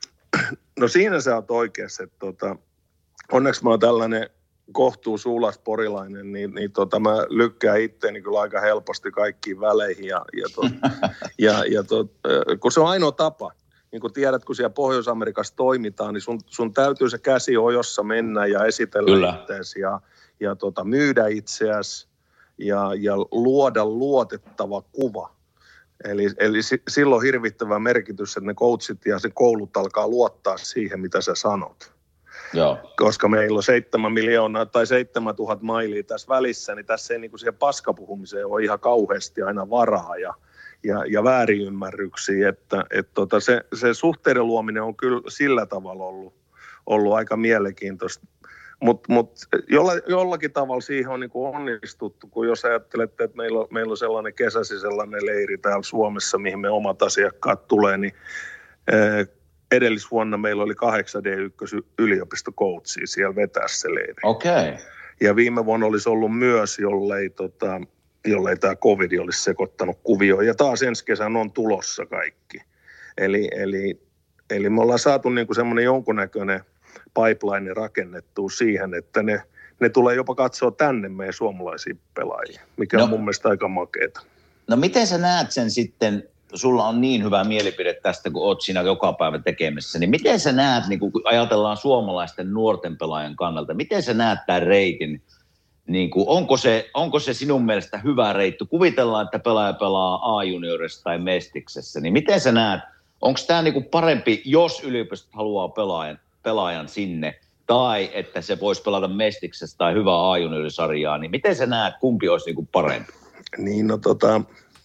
No siinä sä oot oikeassa, että tota, onneksi mä oon tällainen kohtuus porilainen, niin, niin tota, mä lykkään itteeni kyllä aika helposti kaikkiin väleihin. Ja, ja, tot, ja, ja tot, kun se on ainoa tapa, niin kun tiedät, kun siellä Pohjois-Amerikassa toimitaan, niin sun, sun täytyy se käsi ojossa mennä ja esitellä itseäsi ja, ja tota, myydä itseäsi ja, ja luoda luotettava kuva. Eli, eli silloin on hirvittävä merkitys, että ne coachit ja se koulut alkaa luottaa siihen, mitä sä sanot. Joo. Koska meillä on seitsemän miljoonaa tai seitsemän tuhat mailia tässä välissä, niin tässä ei niin kuin siihen paskapuhumiseen ole ihan kauheasti aina varaa ja, ja, ja väärinymmärryksiä. Että, et tota se, se suhteiden luominen on kyllä sillä tavalla ollut, ollut aika mielenkiintoista. Mutta mut jolla, jollakin tavalla siihen on niin kuin onnistuttu, kun jos ajattelette, että meillä on, meillä on sellainen kesäsi sellainen leiri täällä Suomessa, mihin me omat asiakkaat tulee, niin eh, edellisvuonna meillä oli kahdeksan D yksi yliopistokoutsia siellä vetää se leiri. Okei. Okay. Ja viime vuonna olisi ollut myös, jollei, tota, jollei tämä covid olisi sekoittanut kuvioon. Ja taas ensi kesän on tulossa kaikki. Eli, eli, eli me ollaan saatu niinku semmoinen jonkunnäköinen pipeline rakennettua siihen, että ne, ne tulee jopa katsoa tänne meidän suomalaisia pelaajia, mikä no, on mun mielestä aika makeeta. No miten sä näet sen sitten, sulla on niin hyvä mielipide tästä, kun oot siinä joka päivä tekemässä, niin miten sä näet, niin kun ajatellaan suomalaisten nuorten pelaajan kannalta, miten sä näet tämän reitin, niin kuin, onko, se, onko se sinun mielestä hyvä reitti? Kuvitellaan, että pelaaja pelaa A-juniorissa tai Mestiksessä, niin miten sä näet, onko tämä niin kuin parempi, jos yliopistot haluaa pelaajan, pelaajan sinne, tai että se voisi pelata Mestiksessä tai hyvää A-juniorisarjaa, niin miten sä näet, kumpi olisi niin kuin parempi? Niin, no tota...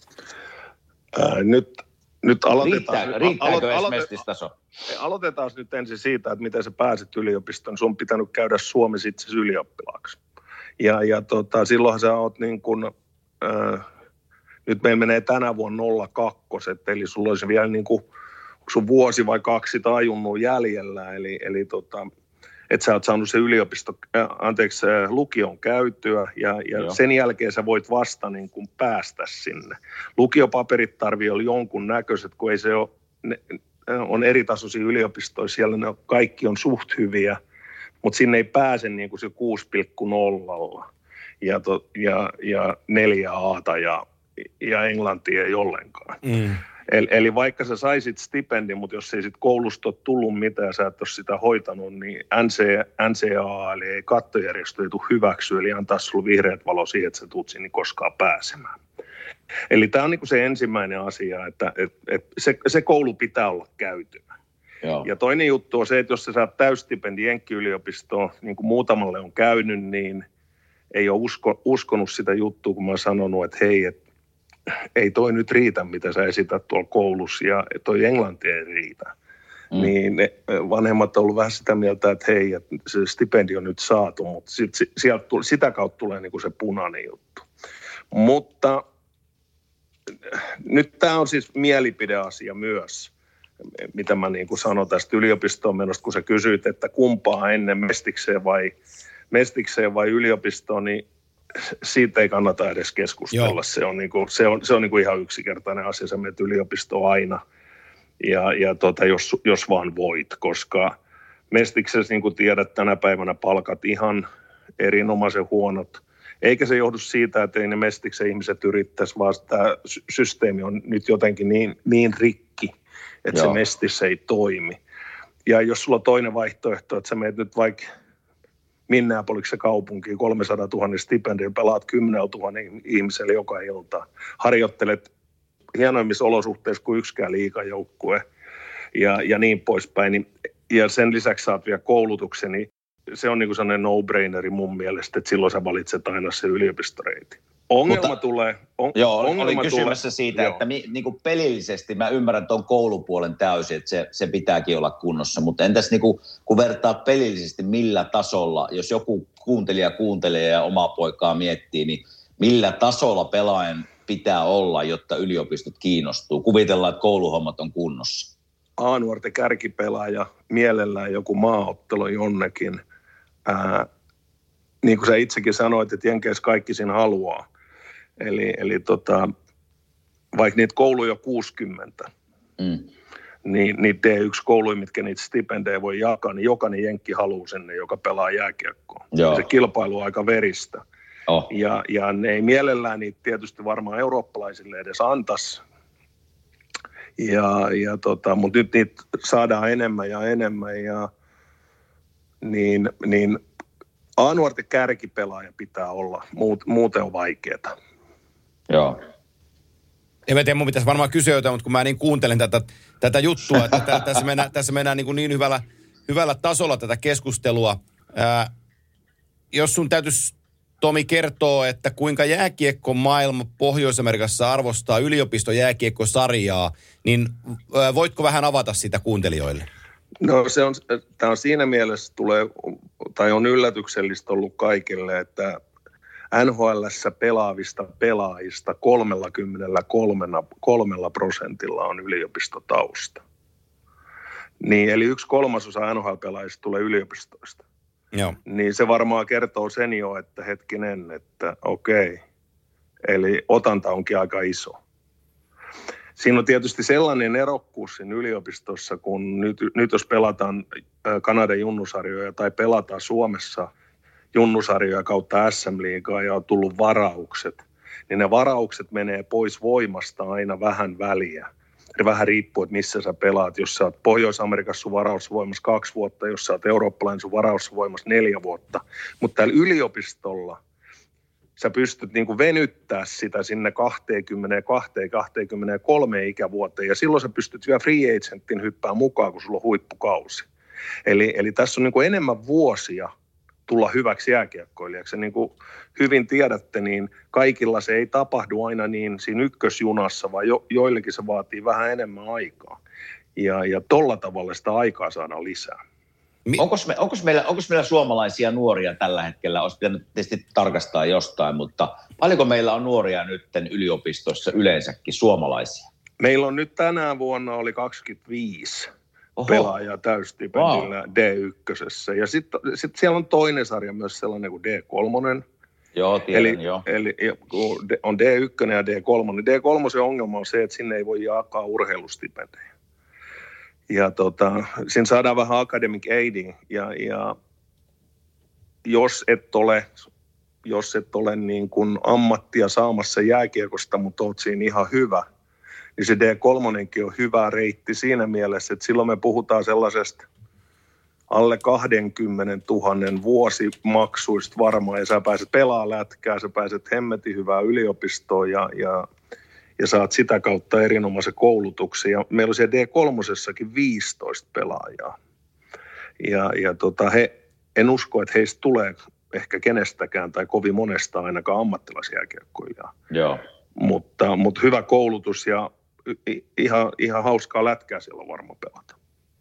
Ää, nyt, nyt aloitetaan... Riittää, riittääkö alo, edes mestistaso? Aloitetaan nyt ensin siitä, että miten sä pääset yliopistoon. Sun on pitänyt käydä Suomessa itse ylioppilaaksi. Ja, ja tota, silloinhan sä oot niin kuin... Äh, nyt meillä menee tänä vuonna nolla kaksi, eli sulla olisi vielä niin kuin sun vuosi vai kaksi tajunnut jäljellä. Eli, eli tota, että sä oot saanut se yliopisto, äh, anteeksi, äh, lukion käytyä ja, ja sen jälkeen sä voit vasta niin kuin päästä sinne. Lukiopaperit tarvii olla jonkun näköiset, kun ei se ole, ne, on eritasoisia yliopistoja, siellä ne kaikki on suht hyviä, mutta sinne ei pääse niin kuin se kuusi pilkku nolla ja, ja, ja neljä aata ja, ja englantia ei ollenkaan. Mm. Eli, eli vaikka sä saisit stipendin, mutta jos ei sit koulusta ole tullut mitään ja sä et ole sitä hoitanut, niin N C A A, eli ei kattojärjestö, ei tule hyväksyä, eli antaa sulle vihreät valo siihen, että sä tulet sinne koskaan pääsemään. Eli tämä on niinku se ensimmäinen asia, että et, et se, se koulu pitää olla käytynä. Joo. Ja toinen juttu on se, että jos sä saat täystipendi Jenkki-yliopistoon, niin kuin muutamalle on käynyt, niin ei ole usko, uskonut sitä juttua, kun mä oon sanonut, että hei, et, ei toi nyt riitä, mitä sä esität tuolla koulussa, ja toi englanti ei riitä. Mm. Niin ne vanhemmat on ollut vähän sitä mieltä, että hei, että se stipendi on nyt saatu, mutta sit, sieltä, sitä kautta tulee niinku se punainen juttu. Mutta nyt tämä on siis mielipideasia myös, mitä mä niin kuin sanon tästä yliopistoon menosta, kun sä kysyit, että kumpaa ennen mestikseen vai, mestikseen vai yliopistoon, niin siitä ei kannata edes keskustella. Joo. Se on, niin kuin, se on, se on niin kuin ihan yksinkertainen asia, sä menet yliopistoon aina, ja, ja tota, jos, jos vaan voit, koska mestiksessä, niin kuin tiedät, tänä päivänä palkat ihan erinomaisen huonot. Eikä se johdu siitä, että ei ne mestiksen ihmiset yrittäisi, vaan tämä systeemi on nyt jotenkin niin, niin rikki, että Joo. se mestis ei toimi. Ja jos sulla on toinen vaihtoehto, että sä meet nyt vaikka Minneapoliksen kaupunkiin kolmesataatuhatta stipendiä, pelaat kymmeneltätuhannelta ihmiselle joka ilta, harjoittelet hienoimmissa olosuhteissa kuin yksikään liigajoukkue ja, ja niin poispäin. Niin, ja sen lisäksi saat vielä koulutuksen, niin se on niin kuin sellainen no-braineri mun mielestä, että silloin sä valitset aina se yliopistoreiti. Ongelma Mutta, tulee... On, joo, ongelma oli kysymässä tulee, siitä, joo. että mi, niin kuin pelillisesti mä ymmärrän tuon koulupuolen täysin, että se, se pitääkin olla kunnossa. Mutta entäs niin kuin, kun vertaa pelillisesti millä tasolla, jos joku kuuntelija kuuntelee ja omaa poikaa miettii, niin millä tasolla pelaajan pitää olla, jotta yliopistot kiinnostuu? Kuvitellaan, että kouluhommat on kunnossa. A-nuorten kärkipelaaja, mielellään joku maaottelu jonnekin. Ää, niin kuin sä itsekin sanoit, että Jenkeissä kaikki siinä haluaa. Eli, eli tota, vaikka niitä kouluja on kuusikymmentä, mm. niin niitä D yksi kouluja, mitkä niitä stipendejä voi jakaa, niin jokainen jenkki haluaa sinne, joka pelaa jääkiekkoa. Se kilpailu on aika veristä. Oh. Ja, ja ne ei mielellään niitä tietysti varmaan eurooppalaisille edes antaisi. Ja, ja tota, mutta nyt niitä saadaan enemmän ja enemmän. Ja, niin, niin A-nuorten kärkipelaaja pitää olla, Muut, muuten on vaikeaa. Joo. En mä tiedä, mun pitäisi varmaan kysyä jotain, mutta kun mä niin kuuntelen tätä, tätä juttua, että tä, tässä mennään, tässä mennään niin, niin hyvällä, hyvällä tasolla tätä keskustelua. Ää, jos sun täytyisi, Tomi, kertoo, että kuinka jääkiekko maailma Pohjois-Amerikassa arvostaa yliopistojääkiekkosarjaa, niin ää, voitko vähän avata sitä kuuntelijoille? No se on, tämä on siinä mielessä tulee, tai on yllätyksellistä ollut kaikille, että N H L:ssä pelaavista pelaajista kolmekymmentäkolme prosentilla on yliopistotausta. Niin, eli yksi kolmasosa N H L-pelaajista tulee yliopistoista. Joo. Niin se varmaan kertoo sen jo, että hetkinen, että okei, eli otanta onkin aika iso. Siinä on tietysti sellainen erokkuus siinä yliopistossa, kun nyt, nyt jos pelataan Kanadan junnusarjoja tai pelataan Suomessa junnusarjoja kautta S M-liigaa ja on tullut varaukset, niin ne varaukset menee pois voimasta aina vähän väliä. Ja vähän riippuu, että missä sä pelaat. Jos sä oot Pohjois-Amerikassa sun varaus voimassa kaksi vuotta, jos sä oot eurooppalainen sun varaus voimassa neljä vuotta. Mutta täällä yliopistolla sä pystyt niinku venyttää sitä sinne kaksikymmentäkaksi kaksikymmentäkolme ikävuoteen, ja silloin sä pystyt vielä free agentin hyppää mukaan, kun sulla on huippukausi. Eli, eli tässä on niinku enemmän vuosia tulla hyväksi jääkiekkoilijaksi. Niin kuin hyvin tiedätte, niin kaikilla se ei tapahdu aina niin siinä ykkösjunassa, vaan jo, joillekin se vaatii vähän enemmän aikaa. Ja, ja tolla tavalla sitä aikaa saadaan lisää. Onko, me, onko, meillä, onko meillä suomalaisia nuoria tällä hetkellä? Olisi pitänyt tietysti tarkastaa jostain, mutta paljonko meillä on nuoria nyt yliopistossa yleensäkin suomalaisia? Meillä on nyt tänä vuonna oli kaksikymmentäviisi Oho. Pelaajaa täystipendillä wow. D yksi. Ja sitten sit siellä on toinen sarja myös sellainen kuin D kolme. Joo, tiedän, eli, joo. Eli on D yksi ja D kolme. D kolme ongelma on se, että sinne ei voi jakaa urheilustipendejä. Ja tota, siinä saadaan vähän academic aidia, ja, ja jos et ole, jos et ole niin kuin ammattia saamassa jääkiekosta, mutta oot siinä ihan hyvä, niin se D kolmonenkin on hyvä reitti siinä mielessä, että silloin me puhutaan sellaisesta alle kaksikymmentätuhatta vuosimaksuista varmaan, ja sä pääset pelaa lätkää, sä pääset hemmetin hyvää yliopistoon ja, ja, ja saat sitä kautta erinomaisen koulutuksen. Ja meillä on siellä D kolmosessakin viisitoista pelaajaa. Ja, ja tota, he, en usko, että heistä tulee ehkä kenestäkään tai kovin monesta ainakaan ammattilaisjääkiekkoilijaa. Joo. Mutta, mutta hyvä koulutus ja ihan, ihan hauskaa lätkää siellä on varmaan pelata.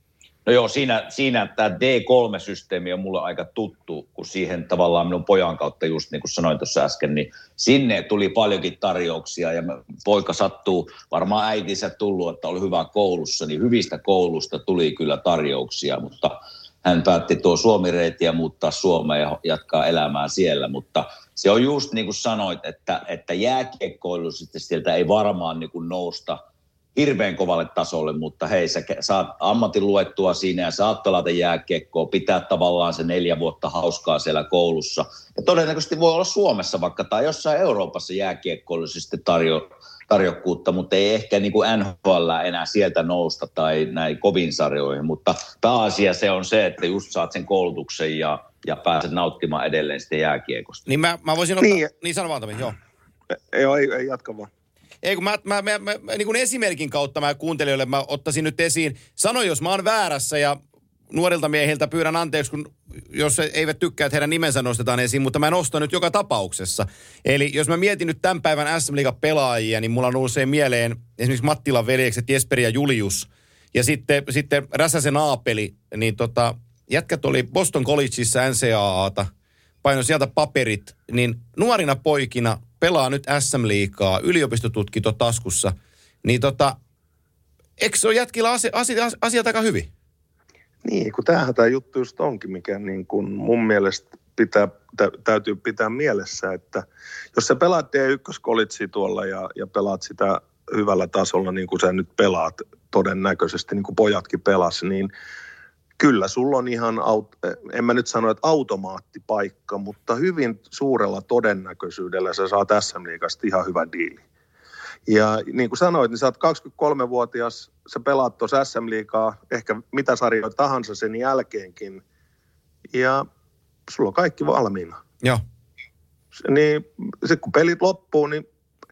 No joo, siinä, siinä tämä D kolme-systeemi on mulle aika tuttu, kun siihen tavallaan minun pojan kautta, just niin kuin sanoin tuossa äsken, niin sinne tuli paljonkin tarjouksia ja poika sattuu, varmaan äitinsä tullut, että oli hyvä koulussa, niin hyvistä koulusta tuli kyllä tarjouksia, mutta hän päätti tuo Suomi-reitiä muuttaa Suomeen ja jatkaa elämää siellä, mutta se on just niin kuin sanoit, että, että jääkiekkoilu sitten sieltä ei varmaan niin kuin nousta hirveän kovalle tasolle, mutta hei, sä saat ammatin luettua siinä ja saat pelata jääkiekkoa, pitää tavallaan se neljä vuotta hauskaa siellä koulussa. Ja todennäköisesti voi olla Suomessa vaikka tai jossain Euroopassa jääkiekkoilullisesti tarjo, tarjokkuutta, mutta ei ehkä niin kuin N H L enää sieltä nousta tai näin kovin sarjoihin, mutta pääasia se on se, että just saat sen koulutuksen ja, ja pääset nauttimaan edelleen sitten jääkiekosta. Niin mä, mä voisin ottaa, niin, niin sano vaan Tomi, joo. Joo, ei, ei jatka vaan. Ei, kun mä, mä, mä, mä niin kuin esimerkin kautta mä kuuntelijoille mä ottaisin nyt esiin. Sano, jos mä oon väärässä ja nuorilta miehiltä pyydän anteeksi, kun jos eivät tykkää, että heidän nimensä nostetaan esiin, mutta mä nostan nyt joka tapauksessa. Eli jos mä mietin nyt tämän päivän S M-liigan pelaajia, niin mulla nousee mieleen esimerkiksi Mattilan veljekset Jesperi ja Julius. Ja sitten, sitten Räsäsen Aapeli, niin tota, jätkät oli Boston Collegeissa N C A A:ta, paino sieltä paperit, niin nuorina poikina pelaa nyt S M-liigaa, yliopistotutkinto taskussa, niin tota, eikö se ole jätkillä asia, asia, asiat aika hyvin? Niin, kun tämähän tämä juttu just onkin, mikä niin kuin mun mielestä pitää, tä, täytyy pitää mielessä, että jos sä pelaat D yksi -kolitsia tuolla ja, ja pelaat sitä hyvällä tasolla, niin kuin sä nyt pelaat todennäköisesti, niin kuin pojatkin pelas, niin kyllä sulla on ihan, en mä nyt sano, että automaattipaikka, mutta hyvin suurella todennäköisyydellä sä saat S M-liigasta ihan hyvä diili. Ja niin kuin sanoit, niin sä oot kaksikymmentäkolmevuotias, sä pelaat tuossa S M-liigaa, ehkä mitä sarjoja tahansa sen jälkeenkin, ja sulla on kaikki valmiina. Joo. Niin sitten kun pelit loppuu, niin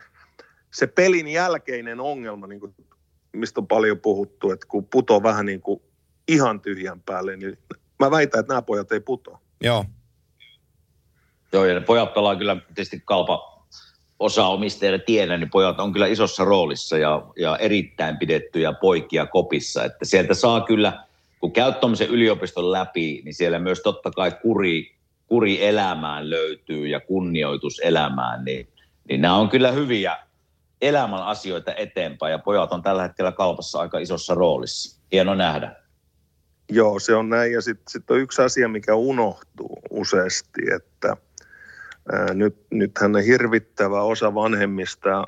se pelin jälkeinen ongelma, niin kuin, mistä on paljon puhuttu, että kun putoo vähän niin kuin ihan tyhjän päälle, niin mä väitän, että nämä pojat ei putoa. Joo. Joo, ja ne pojat pelaa kyllä tietysti Kalpa osa omistajille tiedä, niin pojat on kyllä isossa roolissa ja, ja erittäin pidettyjä poikia kopissa, että sieltä saa kyllä, kun käyt tuommoisen yliopiston läpi, niin siellä myös totta kai kuri, kuri elämään löytyy ja kunnioitus elämään, niin, niin nämä on kyllä hyviä elämän asioita eteenpäin ja pojat on tällä hetkellä Kalpassa aika isossa roolissa. Hieno nähdä. Joo, se on näin. Ja sitten sit on yksi asia, mikä unohtuu useasti, että ää, nyt, nythän ne hirvittävä osa vanhemmista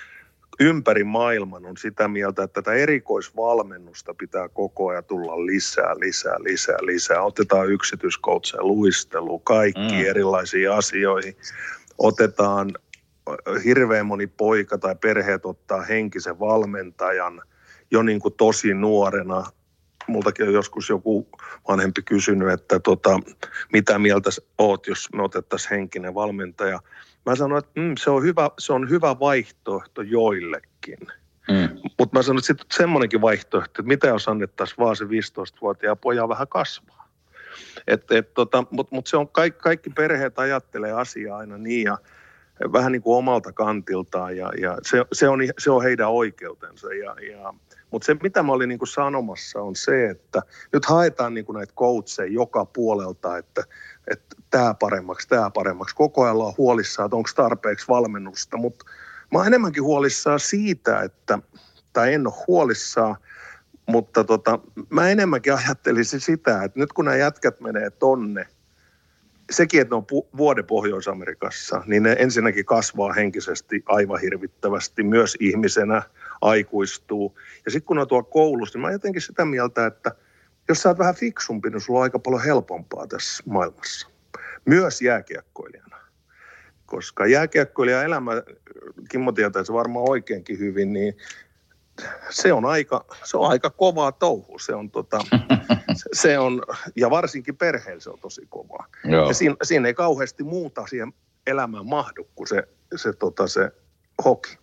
ympäri maailman on sitä mieltä, että tätä erikoisvalmennusta pitää koko ajan tulla lisää, lisää, lisää, lisää. Otetaan yksityiskoutseja, luistelu, kaikki mm. erilaisiin asioihin. Otetaan hirveän moni poika tai perheet ottaa henkisen valmentajan jo niin kuin tosi nuorena. Multakin on joskus joku vanhempi kysynyt, että tota, mitä mieltä oot, jos me otettaisiin henkinen valmentaja. Mä sanoin, että mm, se, on hyvä, se on hyvä vaihtoehto joillekin. Mm. Mutta mä sanoin, että sitten semmoinenkin vaihtoehto, että mitä jos annettaisiin vaan se viisitoistavuotiaan pojan vähän kasvaa. Et, et, tota, Mutta mut se on, kaikki, kaikki perheet ajattelee asiaa aina niin ja vähän niin kuin omalta kantiltaan ja, ja se, se, on, se on heidän oikeutensa. Ja, ja, mutta se, mitä mä olin niin kuin sanomassa, on se, että nyt haetaan niin kuin näitä coacheja joka puolelta, että, että tämä paremmaksi, tämä paremmaksi. Koko ajan ollaan huolissaan, että onko tarpeeksi valmennusta, mutta mä oon enemmänkin huolissaan siitä, että, tai en ole huolissaan, mutta tota, mä enemmänkin ajattelisin sitä, että nyt kun nämä jätkät menee tonne, sekin, että ne on pu- vuoden Pohjois-Amerikassa, niin ne ensinnäkin kasvaa henkisesti aivan hirvittävästi, myös ihmisenä aikuistuu. Ja sitten kun ne on tuolla koulussa, niin mä jotenkin sitä mieltä, että jos sä oot vähän fiksumpi, niin sulla on aika paljon helpompaa tässä maailmassa. Myös jääkiekkoilijana. Koska jääkiekkoilijan elämä, Kimmo tietää se varmaan oikeinkin hyvin, niin se on aika, se on aika kovaa touhua. Se on, tota, se, se on, ja varsinkin perheellä se on tosi kovaa. Joo. Ja siinä, siinä ei kauheasti muuta siihen elämään mahdu kuin se, se, tota, se hoki.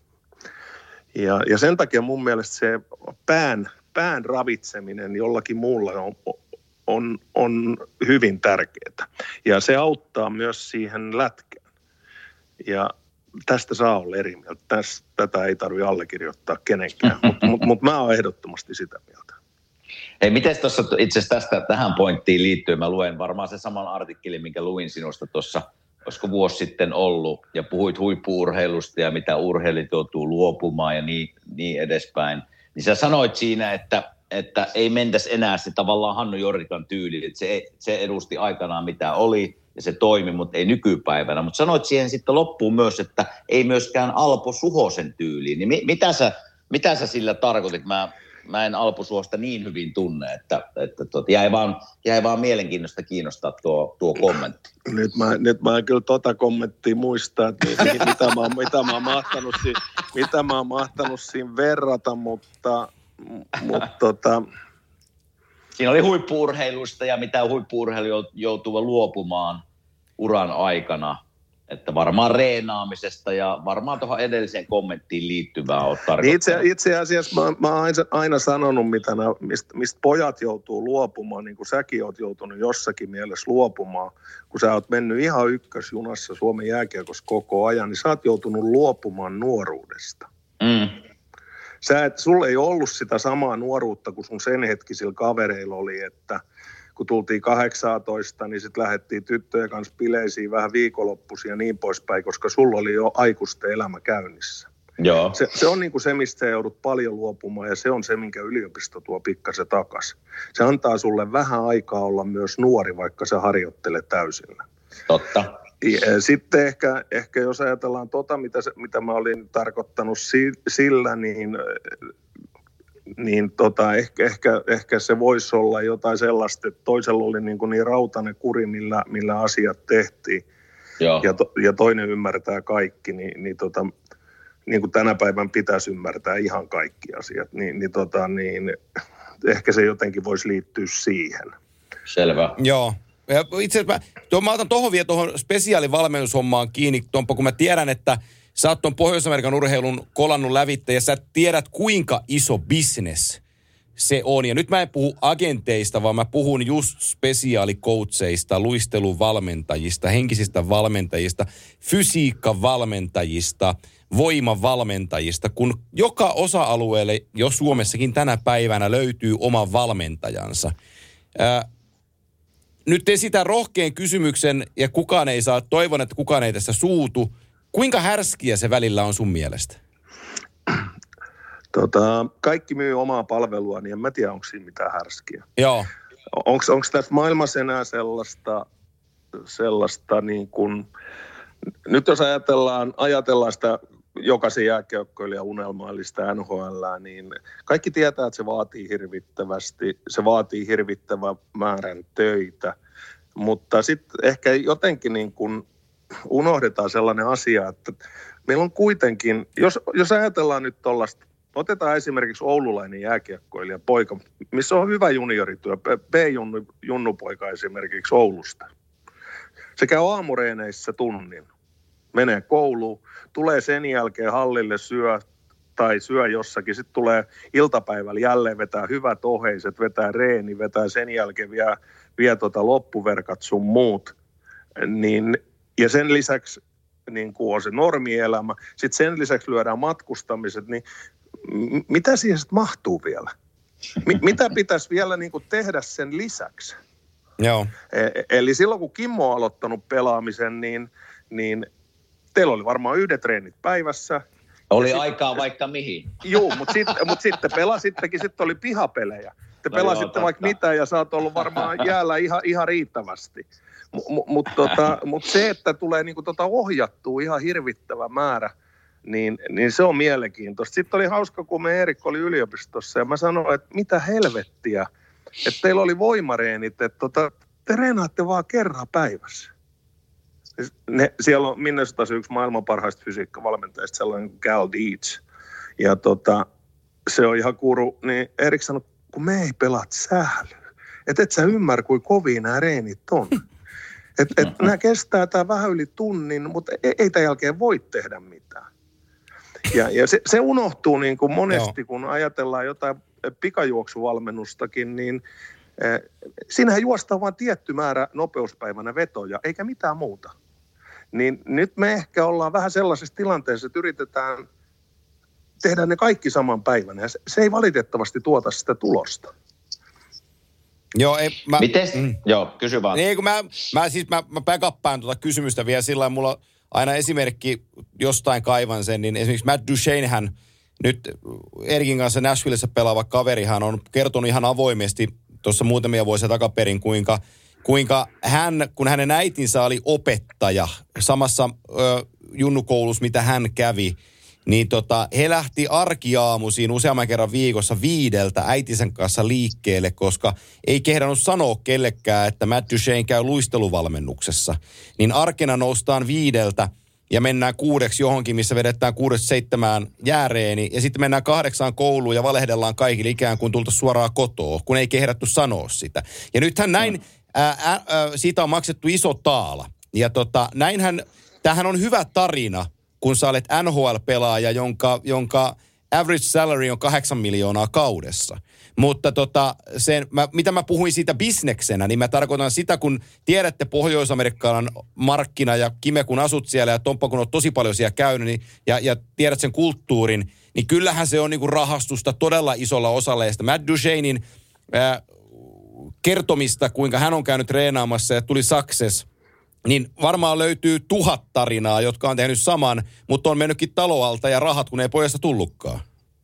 Ja, ja sen takia mun mielestä se pään, pään ravitseminen jollakin muulla on, on, on hyvin tärkeää. Ja se auttaa myös siihen lätkään. Ja tästä saa olla eri mieltä. Tästä, tätä ei tarvitse allekirjoittaa kenenkään, mutta mut, mut mä oon ehdottomasti sitä mieltä. Hei, miten tuossa itse asiassa tästä, tähän pointtiin liittyen, mä luen varmaan sen saman artikkelin, minkä luin sinusta tuossa, olisiko vuosi sitten ollut, ja puhuit huippu-urheilusta ja mitä urheilijat joutuu luopumaan ja niin, niin edespäin. Niin sä sanoit siinä, että, että ei mentäisi enää se tavallaan Hannu Jorikan tyyli, että se, se edusti aikanaan mitä oli, ja se toimi, mutta ei nykypäivänä. Mutta sanoit siihen sitten loppuun myös, että ei myöskään Alpo Suhosen tyyliin. Niin mitä sä, mitä sä sillä tarkoitit? Mä, mä en Alpo Suhosta niin hyvin tunne, että, että tot, jäi, vaan, jäi vaan mielenkiinnosta kiinnostaa tuo, tuo kommentti. Nyt mä, nyt mä en kyllä tota kommenttia muista, että mitä mä, mitä mä oon mahtanut, mitä mä oon mahtanut siinä verrata, mutta, mutta tota... Siinä oli huippu-urheilusta ja mitä huippu-urheilu joutuu luopumaan uran aikana. Että varmaan reenaamisesta ja varmaan tuohon edelliseen kommenttiin liittyvää on tarkoittanut. Itse, itse asiassa mä, mä oon aina, aina sanonut, mitä nää, mistä, mistä pojat joutuu luopumaan, niin kuin säkin oot joutunut jossakin mielessä luopumaan. Kun sä oot mennyt ihan ykkösjunassa Suomen jääkiekossa koko ajan, niin sä oot joutunut luopumaan nuoruudesta. Mm. Sä et, sulla ei ollut sitä samaa nuoruutta kuin sun sen hetkisillä kavereilla oli, että kun tultiin kahdeksantoista, niin sitten lähdettiin tyttöjen kanssa bileisiin vähän viikonloppuisia ja niin poispäin, koska sulla oli jo aikuisten elämä käynnissä. Joo. Se, se on niin kuin se, mistä sä joudut paljon luopumaan ja se on se, minkä yliopisto tuo pikkasen takaisin. Se antaa sulle vähän aikaa olla myös nuori, vaikka sä harjoittelet täysillä. Totta. Sitten ehkä, ehkä jos ajatellaan tota, mitä, se, mitä mä olin tarkoittanut si, sillä, niin, niin tota, ehkä, ehkä, ehkä se voisi olla jotain sellaista, että toisella oli niin, kuin niin rautainen kuri, millä, millä asiat tehtiin. Ja, to, ja toinen ymmärtää kaikki, niin, niin, tota, niin kuin tänä päivän pitäisi ymmärtää ihan kaikki asiat. Niin, niin, tota, niin ehkä se jotenkin voisi liittyä siihen. Selvä. Joo. Ja itse asiassa mä, tuo, mä otan tuohon vielä tuohon spesiaalivalmennushommaan kiinni, Tomppa, kun mä tiedän, että sä oot tuon Pohjois-Amerikan urheilun kolannut lävitse ja sä tiedät, kuinka iso business se on. Ja nyt mä en puhu agenteista, vaan mä puhun just spesiaalikoutseista, luisteluvalmentajista, henkisistä valmentajista, fysiikkavalmentajista, voimavalmentajista, kun joka osa-alueelle jo Suomessakin tänä päivänä löytyy oma valmentajansa. Ää, Nyt esitän rohkean kysymyksen, ja kukaan ei saa, toivon, että kukaan ei tässä suutu. Kuinka härskiä se välillä on sun mielestä? Tota, kaikki myy omaa palvelua, niin en mä tiedä, onko siinä mitään härskiä. Joo. Onko tässä maailmassa enää sellaista, sellaista niin kuin, nyt jos ajatellaan, ajatellaan sitä jokaisen jääkiekkoilijan unelmaillista N H L, niin kaikki tietää, että se vaatii hirvittävästi, se vaatii hirvittävän määrän töitä, mutta sitten ehkä jotenkin niin kuin unohdetaan sellainen asia, että meillä on kuitenkin, jos, jos ajatellaan nyt tuollaista, otetaan esimerkiksi oululainen jääkiekkoilija poika, missä on hyvä juniorityö, B-junnupoika esimerkiksi Oulusta. Se käy aamureeneissä tunnin. Menee kouluun, tulee sen jälkeen hallille syö tai syö jossakin, sitten tulee iltapäivällä jälleen vetää hyvät oheiset, vetää reeni, vetää sen jälkeen vie, vie tota loppuverkat sun muut. Niin, ja sen lisäksi niin kuin on se normielämä, sitten sen lisäksi lyödään matkustamiset, niin m- mitä siihen sitten mahtuu vielä? M- mitä pitäisi vielä niin kuin tehdä sen lisäksi? Joo. E- eli silloin kun Kimmo on aloittanut pelaamisen, niin, niin teillä oli varmaan yhdet treenit päivässä. Oli sit, aikaa vaikka mihin. Joo, mutta sitten mut sit pelasittekin, sitten oli pihapelejä. Te no pelasitte joo, vaikka mitä ja sä oot ollut varmaan jäällä ihan, ihan riittävästi. Mutta mut tota, mut se, että tulee niinku tota ohjattua ihan hirvittävä määrä, niin, niin se on mielenkiintoista. Sitten oli hauska, kun me Eerikko oli yliopistossa ja mä sanoin, että mitä helvettiä, että teillä oli voimareenit, että tota, te reenaatte vaan kerran päivässä. Ne, siellä on Minnesotassa yksi maailman parhaista fysiikkavalmentajista, sellainen Cal Dietz. Ja tota, se on ihan kuru, niin Erik sanoi, kun me ei pelaat sählyä. Että et sä ymmärrä, kuin kovia nämä reenit on. Että et nämä kestää tää vähän yli tunnin, mutta ei, ei tämän jälkeen voi tehdä mitään. Ja, ja se, se unohtuu niin kuin monesti, kun ajatellaan jotain pikajuoksuvalmennustakin, niin eh, siinähän juostaan vain tietty määrä nopeuspäivänä vetoja, eikä mitään muuta. Niin nyt me ehkä ollaan vähän sellaisessa tilanteessa, että yritetään tehdä ne kaikki saman päivänä, ja se, se ei valitettavasti tuota sitä tulosta. Joo, ei, mä... Mites? Mm. Joo, kysy vaan. Niin, kun mä, mä siis mä, mä backuppaan tuota kysymystä vielä sillä lailla, mulla aina esimerkki jostain kaivan sen, niin esimerkiksi Matt Duchenehän nyt Erikin kanssa Nashvillessä pelaava kaverihan on kertonut ihan avoimesti tuossa muutamia vuosia takaperin, kuinka, kuinka hän, kun hänen äitinsä oli opettaja samassa ö, junnukoulussa, mitä hän kävi, niin tota, he lähti arkiaamuisiin useamman kerran viikossa viideltä äitisen kanssa liikkeelle, koska ei kehdannut sanoa kellekään, että Matt Duchene käy luisteluvalmennuksessa. Niin arkena noustaan viideltä ja mennään kuudeksi johonkin, missä vedetään kuudesta seitsemään jääreeni. Ja sitten mennään kahdeksaan kouluun ja valehdellaan kaikille ikään kuin tulta suoraan kotoa, kun ei kehdattu sanoa sitä. Ja nythän näin, ää, ää, siitä on maksettu iso taala. Ja tota, näinhän, tämähän on hyvä tarina, kun sä olet N H L-pelaaja, jonka, jonka average salary on kahdeksan miljoonaa kaudessa. Mutta tota, sen, mä, mitä mä puhuin siitä bisneksenä, niin mä tarkoitan sitä, kun tiedätte Pohjois-Amerikkaan markkina ja Kime, kun asut siellä ja Tomppa, kun on tosi paljon siellä käynyt niin, ja, ja tiedät sen kulttuurin, niin kyllähän se on niinku rahastusta todella isolla osalla. Ja sitä Matt Duchenein ää, kertomista, kuinka hän on käynyt treenaamassa ja tuli success, niin varmaan löytyy tuhat tarinaa, jotka on tehnyt saman, mutta on mennytkin taloalta ja rahat, kun ei pojasta tullutkaan.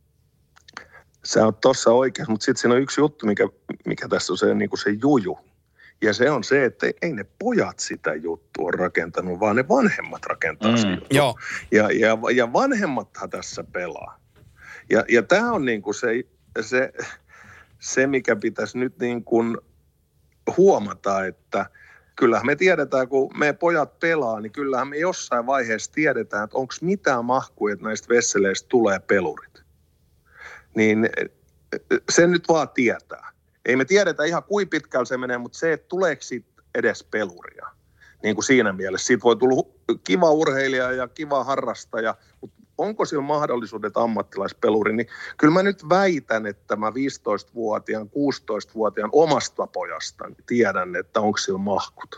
Sä oot tossa oikeassa, mutta sitten siinä on yksi juttu, mikä, mikä tässä on se, niin kuin se juju. Ja se on se, että ei ne pojat sitä juttua rakentanut, vaan ne vanhemmat rakentaa mm, sitä juttua. Joo. Ja, ja, ja vanhemmathan tässä pelaa. Ja, ja tämä on niin kuin se, se, se, mikä pitäisi nyt niin kuin huomata, että kyllähän me tiedetään, kun me pojat pelaa, niin kyllähän me jossain vaiheessa tiedetään, että onko mitään mahkuja, että näistä vesseleistä tulee pelurit. Niin sen nyt vaan tietää. Ei me tiedetä ihan kuinka pitkällä se menee, mutta se, että tuleeko siitä edes peluria. Niin kuin siinä mielessä. Siitä voi tulla kiva urheilija ja kiva harrastaja, mutta onko sillä mahdollisuudet ammattilaispeluri, niin kyllä mä nyt väitän, että mä viisitoistavuotiaan, kuusitoistavuotiaan omasta pojastani tiedän, että onko sillä mahkut.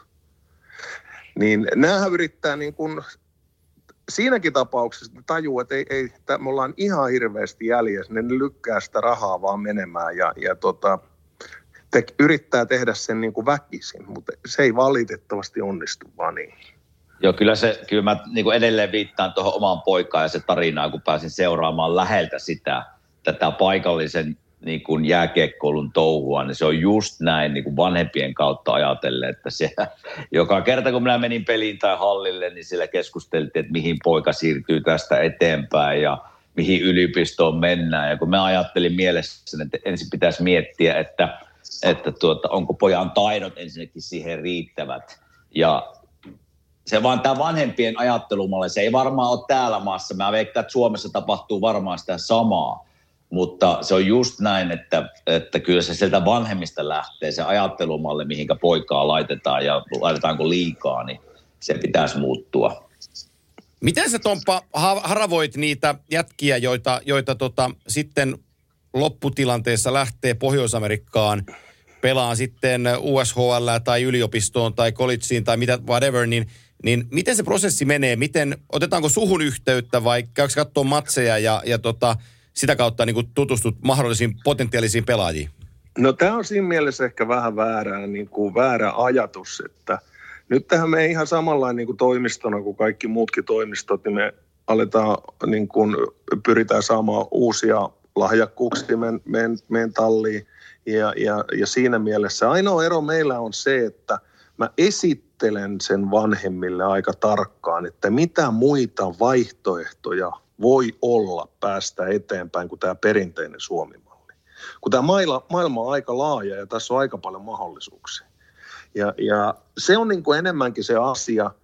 Niin näähän yrittää niin kuin siinäkin tapauksessa tajuu, että ei, ei, että me ollaan ihan hirveästi jäljessä, ne lykkää sitä rahaa vaan menemään ja, ja tota, te, yrittää tehdä sen niin kuin väkisin, mutta se ei valitettavasti onnistu vaan niin. Joo, kyllä, se, kyllä mä niin kuin edelleen viittaan tuohon omaan poikaan ja se tarinaan, kun pääsin seuraamaan läheltä sitä, tätä paikallisen niin kuin jääkiekkoilun touhua, niin se on just näin niin kuin vanhempien kautta ajatellen, että siellä, joka kerta kun minä menin peliin tai hallille, niin siellä keskusteltiin, että mihin poika siirtyy tästä eteenpäin ja mihin yliopistoon mennään. Ja kun mä ajattelin mielessäni, että ensin pitäisi miettiä, että, että tuota, onko pojan taidot ensinnäkin siihen riittävät. Ja se vaan tämä vanhempien ajattelumalle, se ei varmaan ole täällä maassa. Mä veikkaan, että Suomessa tapahtuu varmaan sitä samaa. Mutta se on just näin, että, että kyllä se sieltä vanhemmista lähtee, se ajattelumalle, mihinkä poikaa laitetaan ja laitetaanko liikaa, niin se pitäisi muuttua. Miten sä, Tomppa, haravoit niitä jätkiä, joita, joita tota, sitten lopputilanteessa lähtee Pohjois-Amerikkaan, pelaan sitten U S H L tai yliopistoon tai collegeen tai mitä, whatever, niin, niin miten se prosessi menee? Miten, otetaanko suhun yhteyttä vai käykö katsoa matseja ja, ja tota, sitä kautta niin kuin tutustut mahdollisiin potentiaalisiin pelaajiin? No tämä on siinä mielessä ehkä vähän väärä, niin kuin väärä ajatus, että nyt tähän me ihan samanlainen niin kuin toimistona kuin kaikki muutkin toimistot, niin me aletaan, niin kuin, pyritään saamaan uusia lahjakkuuksia meidän, meidän, meidän talliin. Ja, ja, ja siinä mielessä ainoa ero meillä on se, että mä esittelen sen vanhemmille aika tarkkaan, että mitä muita vaihtoehtoja voi olla päästä eteenpäin kuin tämä perinteinen Suomi-malli. Kun tämä maailma, maailma on aika laaja ja tässä on aika paljon mahdollisuuksia. Ja, ja se on niin kuin enemmänkin se asia.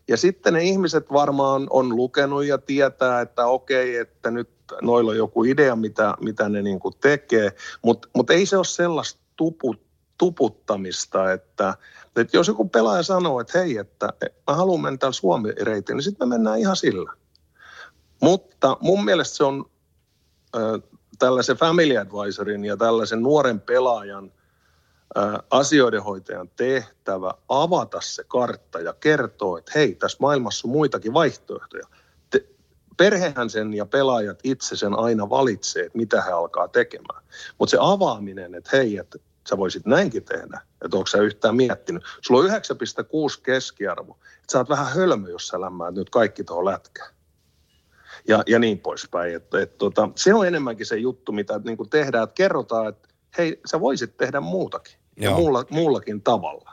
Ja sitten ne ihmiset varmaan on lukenut ja tietää, että okei, että nyt noilla on joku idea, mitä, mitä ne niin kuin tekee, mutta mut ei se ole sellaista tuput, tuputtamista, että, että jos joku pelaaja sanoo, että hei, että mä haluan mennä täällä Suomi-reitiin, niin sitten me mennään ihan sillä. Mutta mun mielestä se on äh, tällaisen family advisorin ja tällaisen nuoren pelaajan äh, asioidenhoitajan tehtävä avata se kartta ja kertoa, että hei, tässä maailmassa on muitakin vaihtoehtoja. Te, perhehän sen ja pelaajat itse sen aina valitsee, että mitä he alkaa tekemään. Mutta se avaaminen, että hei, että sä voisit näinkin tehdä, että onko sä yhtään miettinyt. Sulla on yhdeksän pilkku kuusi keskiarvo, että sä oot vähän hölmö, jos sä lämmäät nyt kaikki tuohon lätkään. Ja, ja niin poispäin. Että, että, tota, se on enemmänkin se juttu, mitä niin kuin tehdään, että kerrotaan, että hei, sä voisit tehdä muutakin. Ja muulla, muullakin tavalla.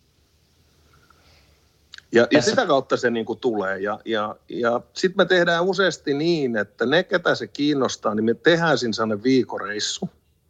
Ja, ja sitä kautta se niin kuin tulee. Ja, ja, ja sitten me tehdään useasti niin, että ne, ketä se kiinnostaa, niin me tehdään siinä sellainen viikoreissu.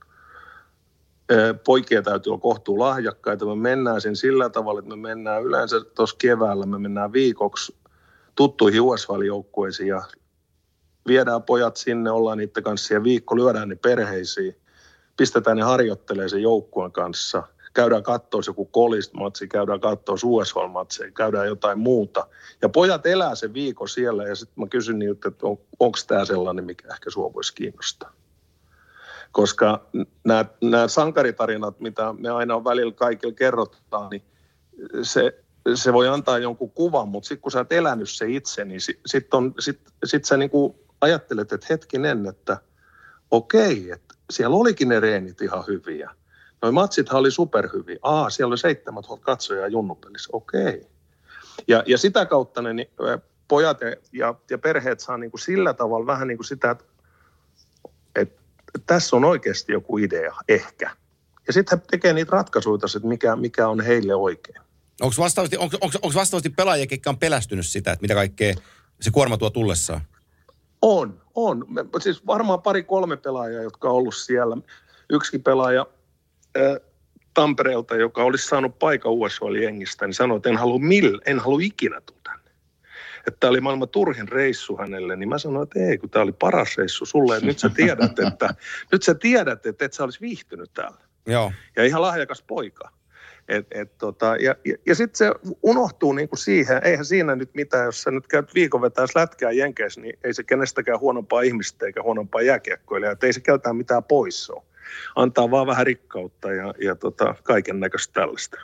Poikia täytyy olla kohtuu lahjakkaita. Me mennään siinä sillä tavalla, että me mennään yleensä tuossa keväällä, me mennään viikoksi tuttuihin U S L-joukkueisiin ja viedään pojat sinne, ollaan niiden kanssa ja viikko lyödään ne perheisiin, pistetään ne harjoittelemaan sen joukkueen kanssa, käydään katsoa joku kolist-matsi, käydään katsoa U S L-matseja, käydään jotain muuta. Ja pojat elää sen viikon siellä ja sitten mä kysyn niiltä, että on, onko tämä sellainen, mikä ehkä sua voisi kiinnostaa. Koska nämä, nämä sankaritarinat, mitä me aina on välillä kaikille kerrotaan, niin se, se voi antaa jonkun kuvan, mutta sitten kun sä oot elänyt se itse, niin sitten sit sit, sit sä niinku ajattelet, että hetkinen, että okei, että siellä olikin ne reenit ihan hyviä. Noi matsithan oli superhyviä. Aa, siellä oli seitsemäntuhatta katsojaa junnupelissä. Okei. Ja, ja sitä kautta ne niin, pojat ja, ja, ja perheet saa niinku sillä tavalla vähän niin kuin sitä, että, että tässä on oikeasti joku idea, ehkä. Ja sitten he tekee niitä ratkaisuja, että mikä, mikä on heille oikein. Onko vastaavasti, onko, onko, onko vastaavasti pelaajia, ketkä on pelästynyt sitä, että mitä kaikkea se kuorma tuo tullessaan? On, on. Siis varmaan pari-kolme pelaajaa, jotka on ollut siellä. Yksikin pelaaja äh, Tampereelta, joka olisi saanut paikan U S L-jengistä, niin sanoi, että en halua, mill, en halua ikinä tulla tänne. Että tämä oli maailman turhin reissu hänelle, niin mä sanoin, että ei, kun tämä oli paras reissu sulle, että nyt sä tiedät, että, nyt sä tiedät, että et sä olisi viihtynyt täällä. Joo. Ja ihan lahjakas poika. Et, et, tota, ja ja, ja sitten se unohtuu niinku siihen, eihän siinä nyt mitään, jos sä nyt käyt viikon vetää lätkää Jenkeissä, niin ei se kenestäkään huonompaa ihmistä eikä huonompaa jääkiekkoilijaa, että ei se keltään mitään pois ole. Antaa vaan vähän rikkautta ja, ja tota, kaiken näköistä tällaista.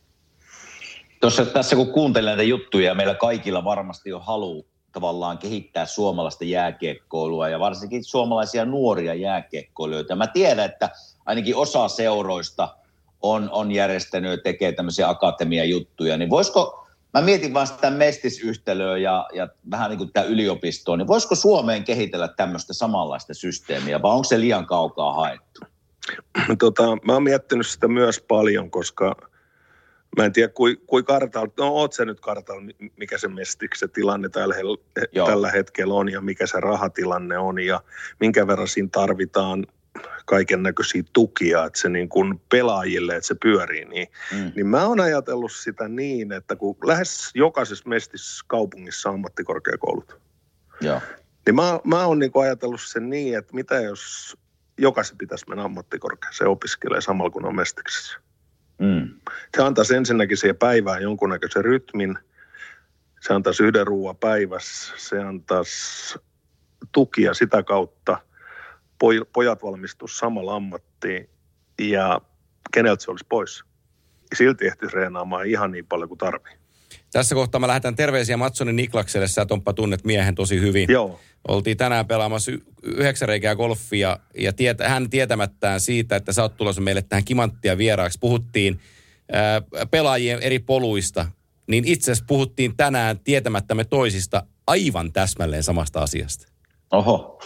Tuossa, tässä kun kuuntelen näitä juttuja, meillä kaikilla varmasti on halu tavallaan kehittää suomalaista jääkiekkoilua ja varsinkin suomalaisia nuoria jääkiekkoilijoita. Mä tiedän, että ainakin osa seuroista on, on järjestänyt ja tekee tämmöisiä akatemiajuttuja, niin voisiko, mä mietin vaan sitä mestisyhtälöä ja, ja vähän niin kuin tämä yliopistoa, niin voisiko Suomeen kehitellä tämmöistä samanlaista systeemiä, vai onko se liian kaukaa haettu? Tota, mä oon miettinyt sitä myös paljon, koska mä en tiedä, kui, kui kartalla, no oot sä nyt kartalla, mikä se mestiksen tilanne tällä, tällä hetkellä on ja mikä se rahatilanne on ja minkä verran siinä tarvitaan kaiken näköisiä tukia, että se niin kuin pelaajille, että se pyörii, niin, mm. niin mä oon ajatellut sitä niin, että kun lähes jokaisessa mestissä kaupungissa on ammattikorkeakoulut, Joo. niin mä, mä oon niin kuin ajatellut sen niin, että mitä jos jokaisen pitäisi mennä ammattikorkeaseen opiskelee samalla kun on mestiksessä. Mm. Se antaisi ensinnäkin siihen päivään jonkunnäköisen rytmin, se antaisi yhden ruuan päivässä, se antaisi tukia sitä kautta, pojat valmistuisi samalla ammattiin ja keneltä se olisi pois. Silti ehtisi reenaamaan ihan niin paljon kuin tarvii. Tässä kohtaa mä lähetän terveisiä Matsonin Niklakselle. Sä Tomppa tunnet miehen tosi hyvin. Joo. Oltiin tänään pelaamassa y- yhdeksän reikää golfia ja tiet- hän tietämättään siitä, että sä oot tulossa meille tähän kimanttia vieraaksi. Puhuttiin ää, pelaajien eri poluista, niin itse asiassa puhuttiin tänään tietämättämme toisista aivan täsmälleen samasta asiasta. Oho.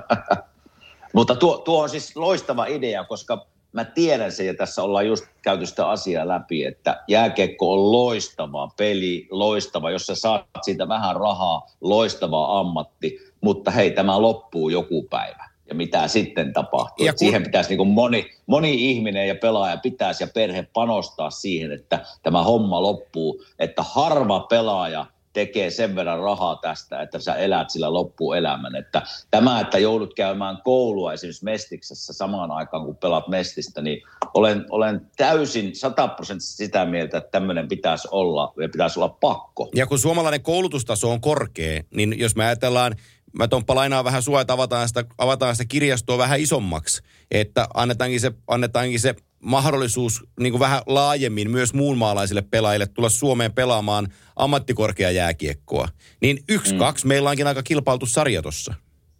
Mutta tuo, tuo on siis loistava idea, koska mä tiedän sen ja tässä ollaan just käyty sitä asiaa läpi, että jääkiekko on loistava peli, loistava, jos sä saat siitä vähän rahaa, loistava ammatti, mutta hei, tämä loppuu joku päivä. Ja mitä sitten tapahtuu? Kun... Siihen pitäisi niin kuin moni, moni ihminen ja pelaaja pitäisi ja perhe panostaa siihen, että tämä homma loppuu, että harva pelaaja tekee sen verran rahaa tästä, että sä elät sillä loppuelämän. Että tämä, että joudut käymään koulua esimerkiksi Mestiksessä samaan aikaan, kun pelaat Mestistä, niin olen, olen täysin sataprosenttisesti sitä mieltä, että tämmöinen pitäisi olla ja pitäisi olla pakko. Ja kun suomalainen koulutustaso on korkea, niin jos me ajatellaan, mä Tomppa lainaan vähän sua, että avataan sitä, avataan sitä kirjastoa vähän isommaksi, että annetaankin se, annetaankin se mahdollisuus niin kuin vähän laajemmin myös muunmaalaisille pelaajille tulla Suomeen pelaamaan ammattikorkeajääkiekkoa. Niin yksi, mm. kaksi, meillä onkin aika kilpailtu sarja tossa.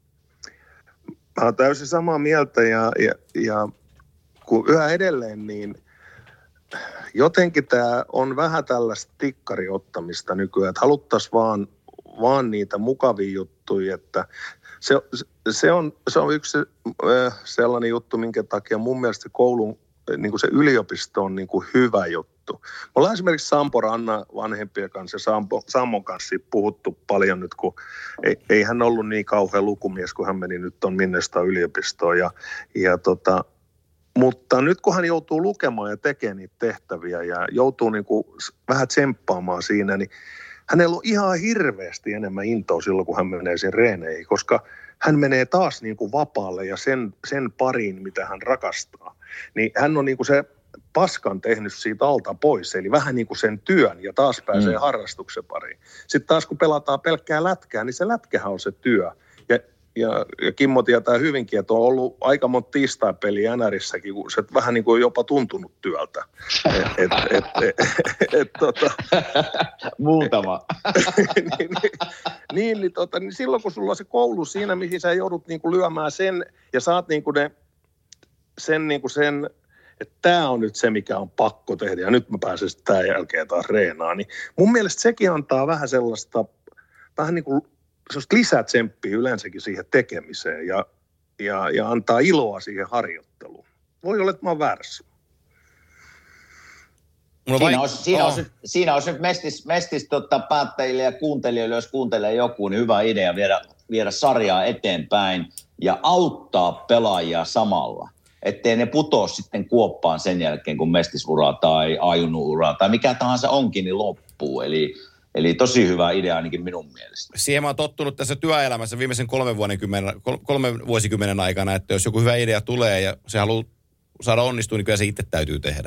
Mä oon täysin samaa mieltä ja, ja, ja kun yhä edelleen, niin jotenkin tämä on vähän tällaista tikkariottamista nykyään, että haluttaisiin vaan, vaan niitä mukavia juttuja, että se, se, on, se on yksi sellainen juttu, minkä takia mun mielestä se koulun, niin kuin se yliopisto on niin kuin hyvä juttu. Me ollaan esimerkiksi Sampo Rannan vanhempien kanssa ja Sampo, Sammon kanssa puhuttu paljon nyt, kun ei, ei hän ollut niin kauhean lukumies, kun hän meni nyt tuon Minnesota yliopistoon. Ja, ja tota, mutta nyt kun hän joutuu lukemaan ja tekemään niitä tehtäviä ja joutuu niin kuin vähän tsemppaamaan siinä, niin hänellä on ihan hirveästi enemmän intoa silloin, kun hän menee sen reeneihin, koska hän menee taas niin kuin vapaalle ja sen, sen pariin, mitä hän rakastaa. Niin hän on niin kuin se paskan tehnyt siitä alta pois, eli vähän niin kuin sen työn ja taas pääsee mm. harrastuksen pariin. Sitten taas kun pelataan pelkkää lätkää, niin se lätkähän on se työ. Ja, ja, ja Kimmo tietää hyvinkin, että on ollut aika monta tiistai-peliä N R:ssäkin, kun se vähän niin kuin on jopa tuntunut työltä. Et, et, et, et, et, et, tota. Muutama. niin, niin, niin, niin, tota, niin silloin kun sulla on se koulu siinä, mihin sä joudut niin kuin lyömään sen ja saat niin kuin ne, sen, niin kuin sen, että tämä on nyt se, mikä on pakko tehdä ja nyt mä pääsen sitten tämän jälkeen taas reenaan. Niin mun mielestä sekin antaa vähän sellaista, vähän niin kuin sellaista lisätsemppiä yleensäkin siihen tekemiseen ja, ja, ja antaa iloa siihen harjoitteluun. Voi olla, että mä oon väärässä. Siinä olisi, siinä, olisi, siinä olisi nyt mestis, mestis tota, päättäjille ja kuuntelijoille, jos kuuntelee joku, niin hyvä idea viedä, viedä sarjaa eteenpäin ja auttaa pelaajia samalla. Ettei ne putoa sitten kuoppaan sen jälkeen, kun mestisura tai ajunuura tai mikä tahansa onkin, niin loppuu. Eli, eli tosi hyvä idea ainakin minun mielestä. Siihen mä oon tottunut tässä työelämässä viimeisen kolmen, kolmen vuosikymmenen aikana, että jos joku hyvä idea tulee ja se haluaa saada onnistua, niin kyllä se itse täytyy tehdä.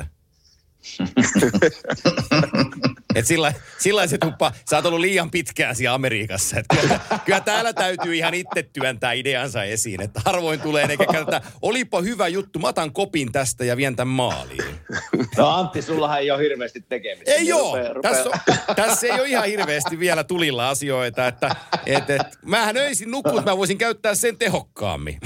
Että sillä, sillä se tuppa, sä oot ollut liian pitkään siellä Amerikassa. Että kyllä, kyllä täällä täytyy ihan itse työntää ideansa esiin. Että harvoin tulee eikä käytä, olipa hyvä juttu, mä otan kopin tästä ja vien tämän maaliin. No Antti, sullahan ei ole hirveästi tekemistä. Ei joo, tässä, tässä ei ole ihan hirveästi vielä tulilla asioita. Että, et, et, mähän öisin nukkuu, että mä voisin käyttää sen tehokkaammin.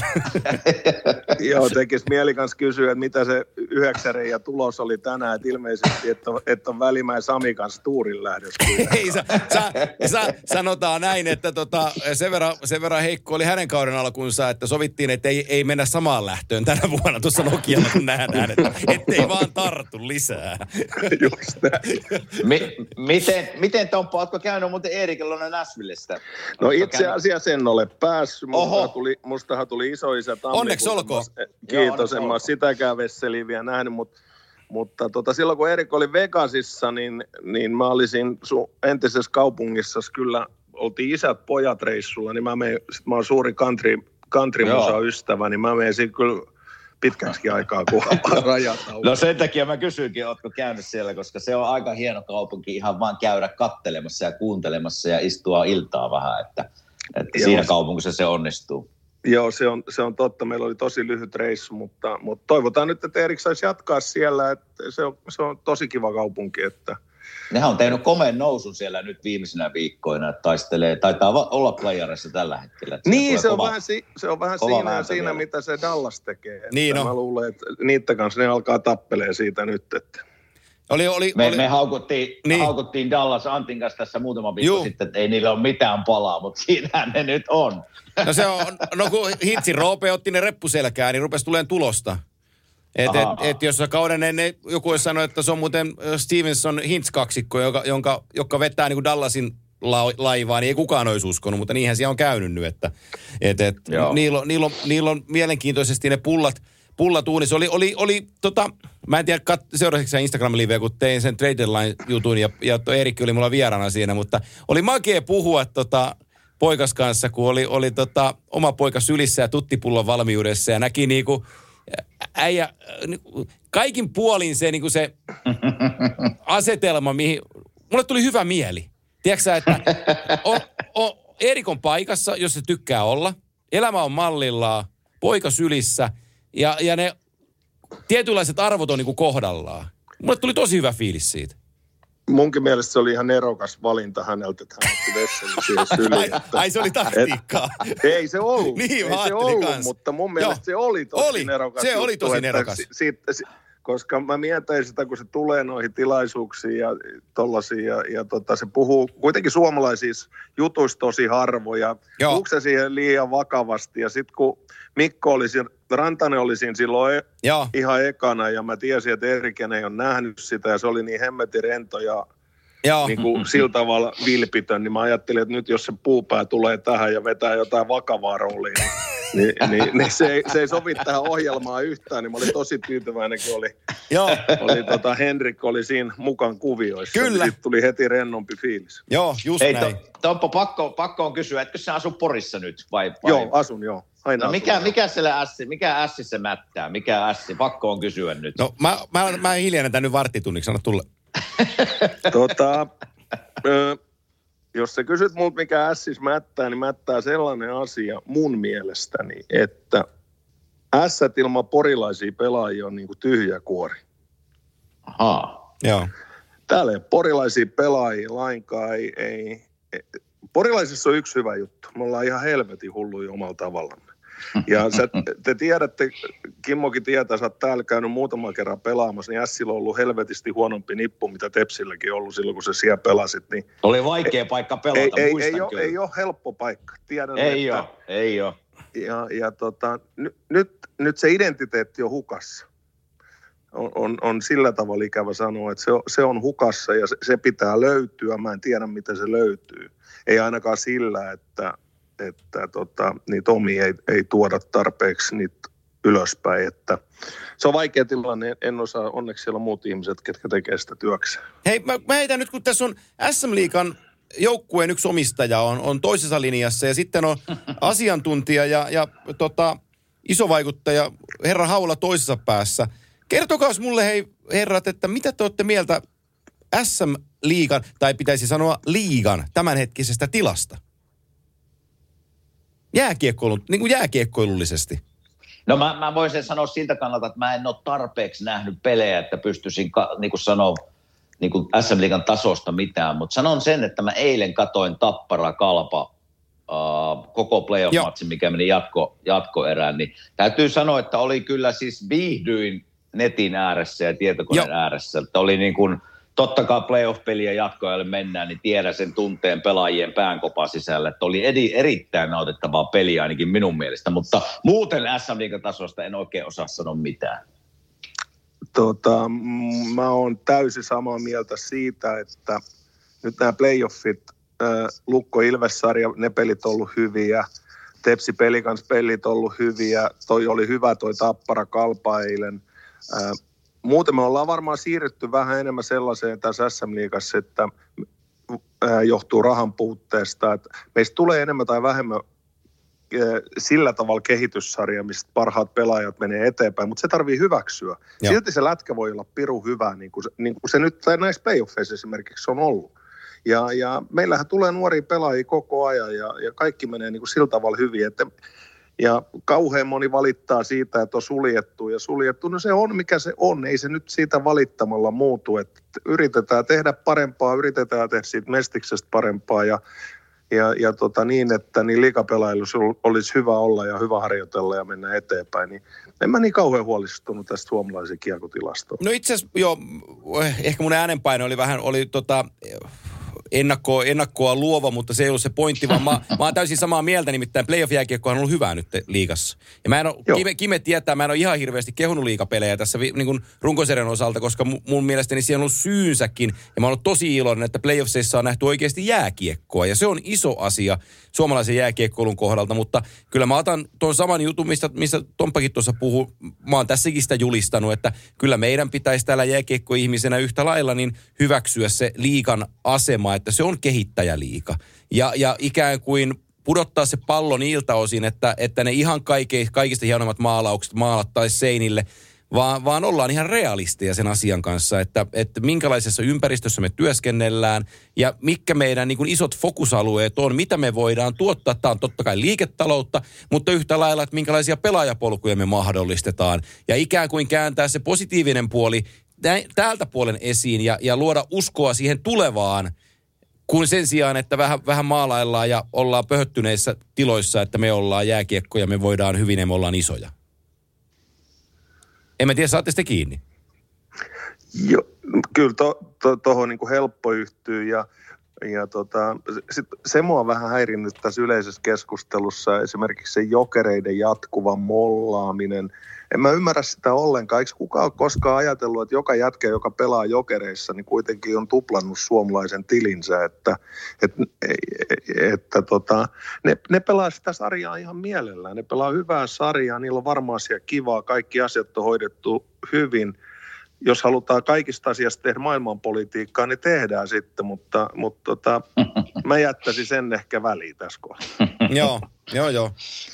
Joo, tekisi mieli kanssa kysyä, että mitä se yhdeksän ja tulos oli tänään. Että ilmeisesti, että on, että on Välimäen Sami kanssa tuurin lähdössä. Ei, sa, sa, sa, sanotaan näin, että tota, sen, verran, sen verran heikko oli hänen kauden alkuunsa, että sovittiin, että ei, ei mennä samaan lähtöön tänä vuonna tuossa Nokialla, kun nähdään, että ettei vaan tartu lisää. Just näin. Mi, miten, miten Tomppa, ootko käynyt muuten Eerikellä Nashvillestä? No itse asiassa en ole päässyt. Mustahan tuli, mustahan tuli isoisä tammikuuta. Onneksi olkoon. Kiitos, en mä ole sitäkään Vesseliä vielä nähnyt, mutta Mutta tota, silloin kun Erik oli Vegasissa, niin, niin mä olisin sun entisessä kaupungissa, kyllä oltiin isät pojat reissulla, niin mä, menen, sit mä oon suuri country, country-musa-ystävä, niin mä menen siinä kyllä pitkäksi aikaa, kun rajat auki. No sen takia mä kysyinkin, ootko käynyt siellä, koska se on aika hieno kaupunki ihan vaan käydä kattelemassa ja kuuntelemassa ja istua iltaa vähän, että, että siinä kaupungissa se onnistuu. Joo, se on, se on totta. Meillä oli tosi lyhyt reissu, mutta, mutta toivotaan nyt, että Erik saisi jatkaa siellä. Että se, on, se on tosi kiva kaupunki. Että... Nehän on tehnyt komeen nousun siellä nyt viimeisenä viikkoina, että taistelee, taitaa olla playerissa tällä hetkellä. Niin, se on, vähän, se on vähän siinä ja siinä, vielä. Mitä se Dallas tekee. Niin mä luulen, että niiden kanssa ne alkaa tappelee siitä nyt, että... Oli, oli, me, oli... me haukuttiin, niin. haukuttiin Dallas Antin kanssa tässä muutama viikko Juh. sitten, että ei niillä ole mitään palaa, mutta siinähän ne nyt on. No se on, no kun Hintsin Roope otti ne reppuselkään, niin rupesi tulemaan tulosta. Että et, et, jos kauden ennen joku olisi sanonut, että se on muuten Stevenson Hintz-kaksikko, joka, jonka, joka vetää niin kuin Dallasin la, laivaa, niin ei kukaan olisi uskonut, mutta niinhän siellä on käynyt nyt, että et, et, niillä, on, niillä, on, niillä on mielenkiintoisesti ne pullat, pullatuunissa. Oli, oli, oli tota, mä en tiedä, kat, seurasitko sä Instagram-liveä, kun tein sen Trade Deadline-jutun ja, ja Eerikki oli mulla vieraana siinä, mutta oli makea puhua tota, poikas kanssa, kun oli, oli tota, oma poika sylissä ja tuttipullon valmiudessa ja näki niinku äijä, niinku, kaikin puolin se, niinku se asetelma, mihin, mulle tuli hyvä mieli. Tiedätkö sä, että on, on, Eerik on paikassa, jos se tykkää olla, elämä on mallillaan, poika sylissä ja, ja ne tietynlaiset arvot on niinku kohdallaan. Mulle tuli tosi hyvä fiilis siitä. Munkin mielestä se oli ihan nerokas valinta häneltä, että hän otti Vesselin siihen syliin. Ai, ai se oli taktiikkaa. Et, ei se ollut. Niin, ei se ollut, kans. Mutta mun mielestä Joo. se oli tosi oli. nerokas. Se juttu, oli tosi nerokas. Si, si, si, koska mä mietin sitä, kun se tulee noihin tilaisuuksiin ja tollaisiin, ja, ja tota, se puhuu kuitenkin suomalaisissa jutuissa tosi harvoja. Puhuuko se siihen liian vakavasti? Ja sitten kun Mikko oli siinä, Rantanen oli siinä silloin e- ihan ekana, ja mä tiesin, että Eeriken ei ole nähnyt sitä, ja se oli niin hemmetin rento ja niin kuin sillä tavalla vilpitön, niin mä ajattelin, että nyt jos se puupää tulee tähän ja vetää jotain vakavaa roolia, niin, niin, niin, niin se, ei, se ei sovi tähän ohjelmaan yhtään, niin mä olin tosi tyytyväinen, kun oli, oli tota, Henrik oli siinä mukaan kuvioissa. Kyllä. Sitten tuli heti rennompi fiilis. Joo, just Hei, näin. To, Tomppo, pakko, pakko on kysyä, etkö sä asu Porissa nyt? Vai, vai? Joo, asun joo. Aina no, asun, mikä, joo. mikä siellä ässi, mikä ässissä mättää? Mikä ässi? Pakko on kysyä nyt. No mä, mä, mä hiljenen tän nyt varttitunniksi, anna tulla. Tota, ö, jos sä kysyt multa, mikä ässis mättää, niin mättää sellainen asia mun mielestäni, että ässät ilman porilaisia pelaajia on niin kuin tyhjä kuori. Ahaa. Joo. Täällä ei ole porilaisia pelaajia lainkaan. Ei, ei, ei. Porilaisissa on yksi hyvä juttu. Me ollaan ihan helvetin hulluja omalla tavallamme. Ja sä, te tiedätte, Kimmokin tietää, sä oot täällä käynyt muutaman kerran pelaamassa, niin Ässillä on ollut helvetisti huonompi nippu, mitä Tepsilläkin on ollut silloin, kun sä siellä pelasit. Niin oli vaikea paikka pelata, ei, ei, muistan ei, kyllä. Ole, ei ole helppo paikka. Tiedän, ei että, ole, ei ole. Ja, ja tota, n- nyt, nyt se identiteetti on hukassa. On, on, on sillä tavalla ikävä sanoa, että se on, se on hukassa ja se, se pitää löytyä. Mä en tiedä, miten se löytyy. Ei ainakaan sillä, että että tota, niitä omia ei, ei tuoda tarpeeksi niitä ylöspäin. Että se on vaikea tilanne, en osaa, onneksi siellä on muut ihmiset, ketkä tekee sitä työkseen. Hei, mä, mä heitän nyt, kun tässä on S M-liigan joukkueen yksi omistaja on, on toisessa linjassa ja sitten on asiantuntija ja, ja tota, iso vaikuttaja herra Haula toisessa päässä. Kertokaas mulle, hei herrat, että mitä te olette mieltä S M-liigan, tai pitäisi sanoa liigan, tämänhetkisestä tilasta? Jääkiekkoilu, niin kuin jääkiekkoilullisesti. No mä, mä voisin sanoa siltä kannalta, että mä en ole tarpeeksi nähnyt pelejä, että pystyisin ka, niin kuin sanoa niin kuin S M-liigan tasosta mitään. Mutta sanon sen, että mä eilen katoin Tappara Kalpa uh, koko playoff-matsin, mikä meni jatko, jatkoerään. Niin täytyy sanoa, että oli kyllä siis viihdyin netin ääressä ja tietokoneen Joo. ääressä. Että oli niin kuin totta kai playoff-peliä jatkoajalle mennään, niin tiedän sen tunteen pelaajien päänkopan sisällä, että oli edi, erittäin nautittavaa peliä ainakin minun mielestä, mutta muuten S M-liigan tasosta en oikein osaa sanoa mitään. Tota, mä oon täysin samaa mieltä siitä, että nyt nämä playoffit, äh, Lukko-Ilves-sarja, ne pelit on ollut hyviä, Tepsi Pelikans pelit on ollut hyviä, toi oli hyvä toi Tappara Kalpa eilen. Äh, Muuten me ollaan varmaan siirrytty vähän enemmän sellaiseen tässä S M-liigassa, että ää, johtuu rahan puutteesta. Että meistä tulee enemmän tai vähemmän ää, sillä tavalla kehityssarja, mistä parhaat pelaajat menee eteenpäin, mutta se tarvii hyväksyä. Joo. Silti se lätkä voi olla pirun hyvä, niin kuin se, niin kuin se nyt tai näissä playoffeissa esimerkiksi on ollut. Ja, ja meillähän tulee nuoria pelaajia koko ajan ja, ja kaikki menee niin kuin sillä tavalla hyvin, että ja kauhean moni valittaa siitä, että on suljettu ja suljettu. No se on, mikä se on. Ei se nyt siitä valittamalla muutu. Että yritetään tehdä parempaa, yritetään tehdä siitä mestiksestä parempaa ja, ja, ja tota niin, että niin liigapelailussa olisi hyvä olla ja hyvä harjoitella ja mennä eteenpäin. Niin en mä niin kauhean huolestunut tästä suomalaisen kiekotilastoon. No itse asiassa, joo, ehkä mun äänenpaino oli vähän, oli tota, ennakkoa, ennakkoa luova, mutta se ei ollut se pointti, vaan mä, mä oon täysin samaa mieltä, nimittäin playoff-jääkiekko on ollut hyvää nyt liigassa. Ja mä en ole, Kime, Kime tietää, mä en ole ihan hirveästi kehunut liigapelejä tässä niin kuin runkosarjan osalta, koska mun mielestäni siellä on ollut syynsäkin, ja mä oon ollut tosi iloinen, että playoffseissa on nähty oikeasti jääkiekkoa, ja se on iso asia suomalaisen jääkiekkoilun kohdalta, mutta kyllä mä otan tuon saman jutun, mistä, mistä Tomppakin tuossa puhui, mä oon tässäkin sitä julistanut, että kyllä meidän pitäisi täällä jääkiekkoihmisenä yhtä lailla niin hyväksyä se liigan asema, että se on kehittäjäliiga. Ja, ja ikään kuin pudottaa se pallo niiltä osin, että, että ne ihan kaike, kaikista hienommat maalaukset maalattaisiin seinille, vaan, vaan ollaan ihan realisteja sen asian kanssa, että, että minkälaisessa ympäristössä me työskennellään ja mitkä meidän niin kuin isot fokusalueet on, mitä me voidaan tuottaa. Tämä on totta kai liiketaloutta, mutta yhtä lailla, että minkälaisia pelaajapolkuja me mahdollistetaan. Ja ikään kuin kääntää se positiivinen puoli täältä puolen esiin ja, ja luoda uskoa siihen tulevaan, kun sen sijaan, että vähän, vähän maalaillaan ja ollaan pöhöttyneissä tiloissa, että me ollaan jääkiekkoja, me voidaan hyvin ja me ollaan isoja. En mä tiedä, saatte sitä kiinni. Joo, kyllä tuohon to, to, niin kuin helppo yhtyä ja, ja tota, sit se mua on vähän häirinnyt tässä yleisessä keskustelussa, esimerkiksi se Jokereiden jatkuva mollaaminen. En mä ymmärrä sitä ollenkaan. Eikö kukaan ole koskaan ajatellut, että joka jätkä, joka pelaa Jokereissa, niin kuitenkin on tuplannut suomalaisen tilinsä, että, että, että tota, ne, ne pelaa sitä sarjaa ihan mielellään. Ne pelaa hyvää sarjaa, niillä on varmaan siellä kivaa, kaikki asiat on hoidettu hyvin. Jos halutaan kaikista asiasta tehdä maailmanpolitiikkaa, niin tehdään sitten, mutta, mutta tota, mä jättäisin sen ehkä väliin tässä kohdassa. Joo, joo, joo.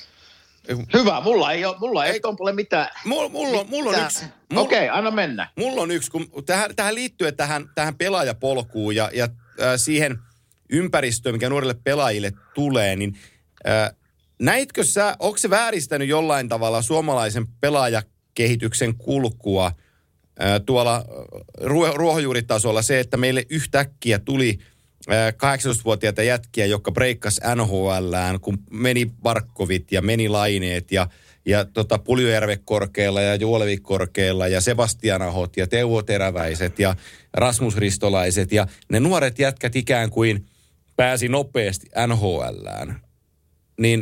Hyvä, mulla ei ole, mulla ei, ei ole mitään. Mulla, mulla, mulla on yksi. Okei, okay, anna mennä. Mulla on yksi, kun tähän, tähän liittyen tähän, tähän pelaajapolkuun ja, ja äh, siihen ympäristöön, mikä nuorille pelaajille tulee, niin äh, näitkö sä, onko se vääristänyt jollain tavalla suomalaisen pelaajakehityksen kulkua äh, tuolla ruo- ruohonjuuritasolla se, että meille yhtäkkiä tuli kahdeksantoistavuotiaita jätkiä, jotka breikkasi N H L:ään, kun meni Barkovit ja meni Laineet ja, ja tota Puljujärve korkealla ja Juolevik korkealla ja Sebastian Ahot ja Teuvo Teräväiset ja Rasmus Ristolaiset ja ne nuoret jätkät ikään kuin pääsi nopeasti N H L:ään. Niin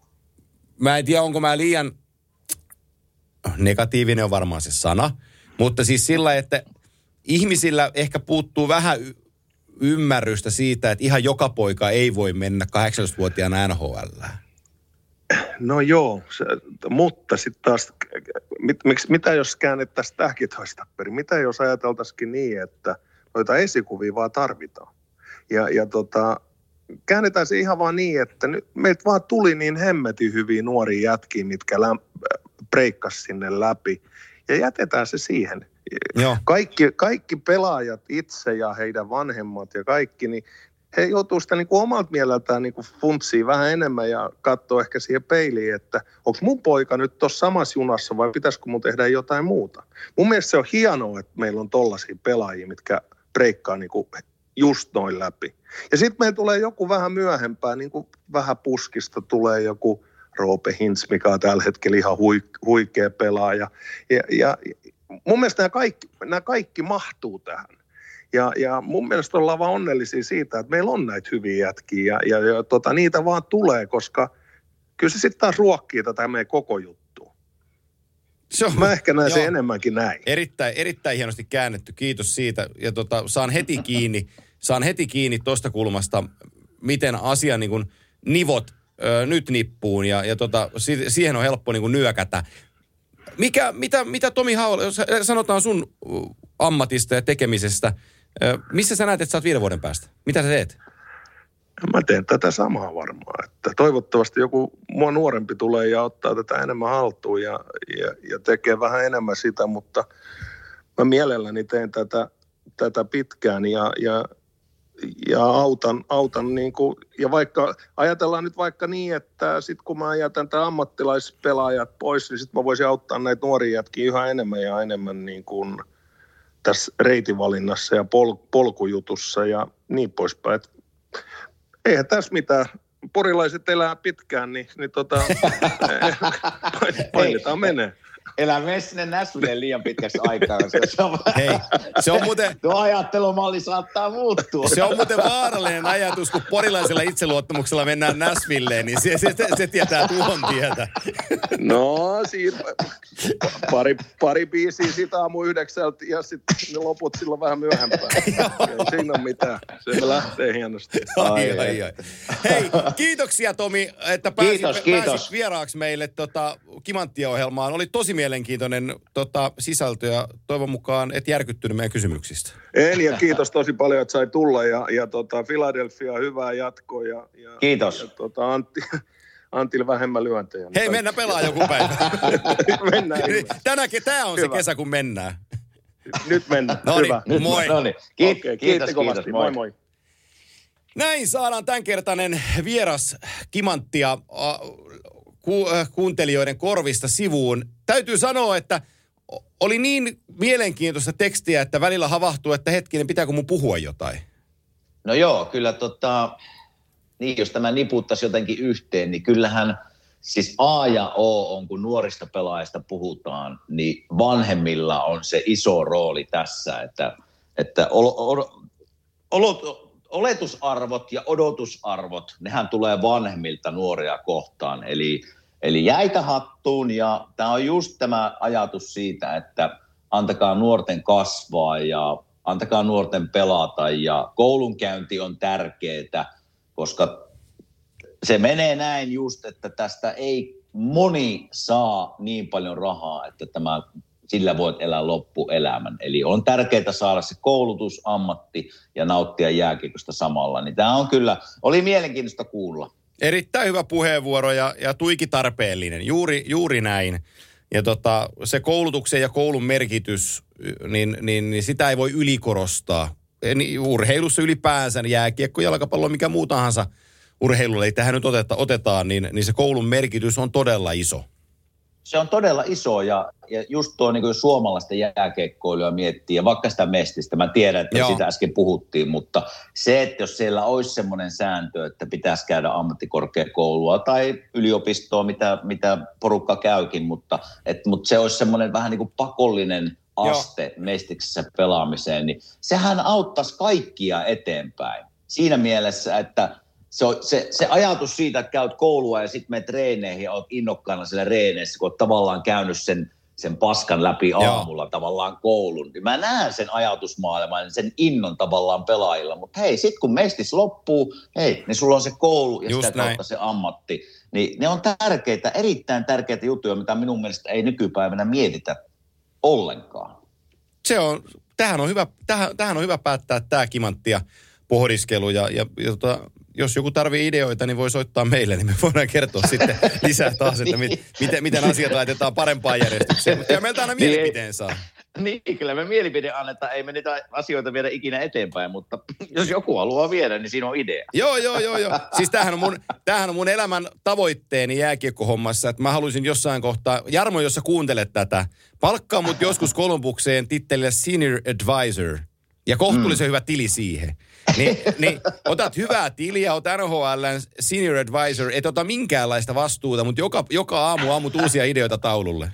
mä en tiedä, onko mä liian negatiivinen on varmaan se sana, mutta siis sillä, että ihmisillä ehkä puuttuu vähän ymmärrystä siitä, että ihan joka poika ei voi mennä kahdeksantoistavuotiaana N H L:ään. No joo, se, mutta sitten taas, mit, miksi, mitä jos käännettäisiin tämäkin toista perin? Mitä jos ajateltaisikin niin, että noita esikuvia vaan tarvitaan? Ja, ja tota, käännetään se ihan vaan niin, että nyt meiltä vaan tuli niin hemmetin hyviä nuoria jätkiä, mitkä läm, breikkasi sinne läpi. Ja jätetään se siihen. Joo. Kaikki, kaikki pelaajat itse ja heidän vanhemmat ja kaikki, niin he joutuu sitä niin kuin omalta mieleltään niin kuin funtsiin vähän enemmän ja katsoo ehkä siihen peiliin, että onko mun poika nyt tuossa samassa junassa vai pitäisikö mun tehdä jotain muuta. Mun mielestä se on hienoa, että meillä on tollaisia pelaajia, mitkä breikkaa niin kuin just noin läpi. Ja sitten meillä tulee joku vähän myöhempää, niin kuin vähän puskista tulee joku Roope Hintz, mikä on tällä hetkellä ihan huikea pelaaja. Ja, ja mun mielestä nämä kaikki, nämä kaikki mahtuu tähän. Ja, ja mun mielestä ollaan vaan onnellisia siitä, että meillä on näitä hyviä jätkiä ja, ja, ja tota, niitä vaan tulee, koska kyllä se sitten taas ruokkii tätä meidän koko juttua. Se on, mä ehkä näen joo, sen enemmänkin näin. Erittäin, erittäin hienosti käännetty, kiitos siitä. Ja tota, saan heti kiinni, saan heti kiinni tuosta kulmasta, miten asia niin kuin nivot ö, nyt nippuun ja, ja tota, si- siihen on helppo niin kuin nyökätä. Mikä, mitä, mitä Tomi Haula, jos sanotaan sun ammatista ja tekemisestä, missä sä näet, että sä oot viiden vuoden päästä? Mitä sä teet? Mä teen tätä samaa varmaan. Että toivottavasti joku mua nuorempi tulee ja ottaa tätä enemmän haltuun ja, ja, ja tekee vähän enemmän sitä, mutta mä mielelläni teen tätä, tätä pitkään ja, ja, ja autan, autan niin kuin, ja vaikka ajatellaan nyt vaikka niin, että sit kun mä jätän tämän ammattilaispelaajat pois, niin sit mä voisin auttaa näitä nuoria jätkiä yhä enemmän ja enemmän niin kuin tässä reitinvalinnassa ja pol, polkujutussa ja niin poispäin. Et eihän tässä mitään. Porilaiset elää pitkään, niin, niin tota, painetaan menee. elä mene sinne Nashvilleen liian pitkäksi aikaa. Se on, Hei, se on muuten... Tuo ajattelumalli saattaa muuttua. Se on muuten vaarallinen ajatus, kun porilaisella itseluottamuksella mennään Nashvilleen, niin se, se, se, se tietää tuon tietä. No, siinä pari, pari biisiä sitä aamu yhdeksältä ja sitten ne loput silloin vähän myöhempään. Ei siinä ole mitään. Se lähtee hienosti. Ai, ai, ai. Hei, kiitoksia Tomi, että pääsit, kiitos, kiitos. pääsit vieraaksi meille tota, Kimanttia-ohjelmaan. Oli tosi mielenkiintoinen tota, sisältö ja toivon mukaan et järkyttynyt meidän kysymyksistä. En, ja kiitos tosi paljon, että sai tulla ja, ja tota, Philadelphia hyvää jatkoa. Ja, ja, kiitos. Ja, tota, Antti, Antille vähemmän lyöntejä. Hei, mennään pelaa joku päivä. mennään. Tänäkin, tämä on Hyvä. se kesä, kun mennään. Nyt mennään. No niin, moi. No niin, Kiit- kiitos, kiitos, kiitos, kovasti. Moi moi. Näin saadaan tämänkertainen vieras Kimanttia äh, ku, äh, kuuntelijoiden korvista sivuun. Täytyy sanoa, että oli niin mielenkiintoista tekstiä, että välillä havahtuu, että hetkinen, pitääkö mun puhua jotain? No joo, kyllä tota, niin jos tämä niputtaisi jotenkin yhteen, niin kyllähän siis A ja O on, kun nuorista pelaajista puhutaan, niin vanhemmilla on se iso rooli tässä, että, että ol, ol, ol, oletusarvot ja odotusarvot, nehän tulee vanhemmilta nuoria kohtaan, eli Eli jäitä hattuun, ja tämä on just tämä ajatus siitä, että antakaa nuorten kasvaa ja antakaa nuorten pelata, ja koulunkäynti on tärkeää, koska se menee näin just, että tästä ei moni saa niin paljon rahaa, että tämä, sillä voit elää loppuelämän. Eli on tärkeää saada se koulutus, ammatti ja nauttia jääkiekosta samalla. Niin tämä on kyllä, oli mielenkiintoista kuulla. Erittäin hyvä puheenvuoro ja, ja tuiki tarpeellinen. Juuri, juuri näin. Ja tota, se koulutuksen ja koulun merkitys, niin, niin, niin sitä ei voi ylikorostaa. Urheilussa ylipäänsä, jääkiekko, jalkapallo, mikä muu tahansa urheilulle, ei tähän nyt oteta, otetaan, niin, niin se koulun merkitys on todella iso. Se on todella iso, ja, ja just tuo niin kuin suomalaisten jääkiekkoilua miettii, ja vaikka sitä mestistä, mä tiedän, että Joo. sitä äsken puhuttiin, mutta se, että jos siellä olisi semmoinen sääntö, että pitäisi käydä ammattikorkeakoulua tai yliopistoa, mitä, mitä porukka käykin, mutta, et, mutta se olisi semmoinen vähän niin kuin pakollinen aste Joo. mestiksessä pelaamiseen, niin sehän auttaisi kaikkia eteenpäin. Siinä mielessä, että Se, on, se, se ajatus siitä, että käyt koulua ja sitten menet treeneihin ja olet innokkaana siellä reeneissä, kun olet tavallaan käynyt sen, sen paskan läpi aamulla Joo. tavallaan koulun. Niin mä näen sen ajatusmaailman, sen innon tavallaan pelaajilla. Mutta hei, sitten kun mestis loppuu, hei, niin sulla on se koulu ja Just sitä näin. kautta se ammatti. Niin ne on tärkeitä, erittäin tärkeitä juttuja, mitä minun mielestä ei nykypäivänä mietitä ollenkaan. Se on, tähän on hyvä, tähän, tähän on hyvä päättää tämä Kimanttia pohdiskelu ja, ja, ja tota, jos joku tarvitsee ideoita, niin voi soittaa meille, niin me voidaan kertoa sitten lisää taas, että mit, miten, miten asiat laitetaan parempaan järjestykseen. Mutta meiltä aina mielipiteen saa. Niin, kyllä me mielipide annetaan, ei me niitä asioita viedä ikinä eteenpäin, mutta jos joku haluaa viedä, niin siinä on idea. Joo, joo, joo, joo. Siis tämähän on mun, tämähän on mun elämän tavoitteeni jääkiekkohommassa, että mä haluaisin jossain kohtaa, Jarmo, jos sä kuuntelet tätä, palkkaa mut joskus Kolumbukseen tittelillä Senior Advisor ja kohtuullisen mm. hyvä tili siihen. Niin, niin otat hyvää tiliä, oot N H L:n senior advisor, et ota minkäänlaista vastuuta, mutta joka, joka aamu aamut uusia ideoita taululle.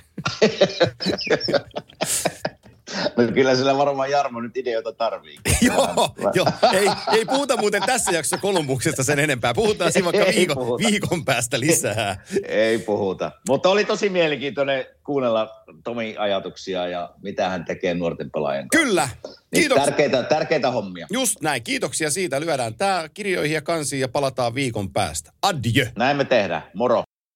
No kyllä sillä varmaan Jarmo nyt ideoita tarvii. Joo, jo, ei, ei puhuta muuten tässä jaksossa Kolumbuksesta sen enempää. Puhutaan siinä vaikka viikon, viikon päästä lisää. Ei puhuta. Mutta oli tosi mielenkiintoinen kuunnella Tomin ajatuksia ja mitä hän tekee nuorten pelaajien kanssa. Kyllä. Niin tärkeitä, tärkeitä hommia. Just näin. Kiitoksia siitä. Lyödään tää kirjoihin ja kansiin ja palataan viikon päästä. Adieu. Näin me tehdään. Moro.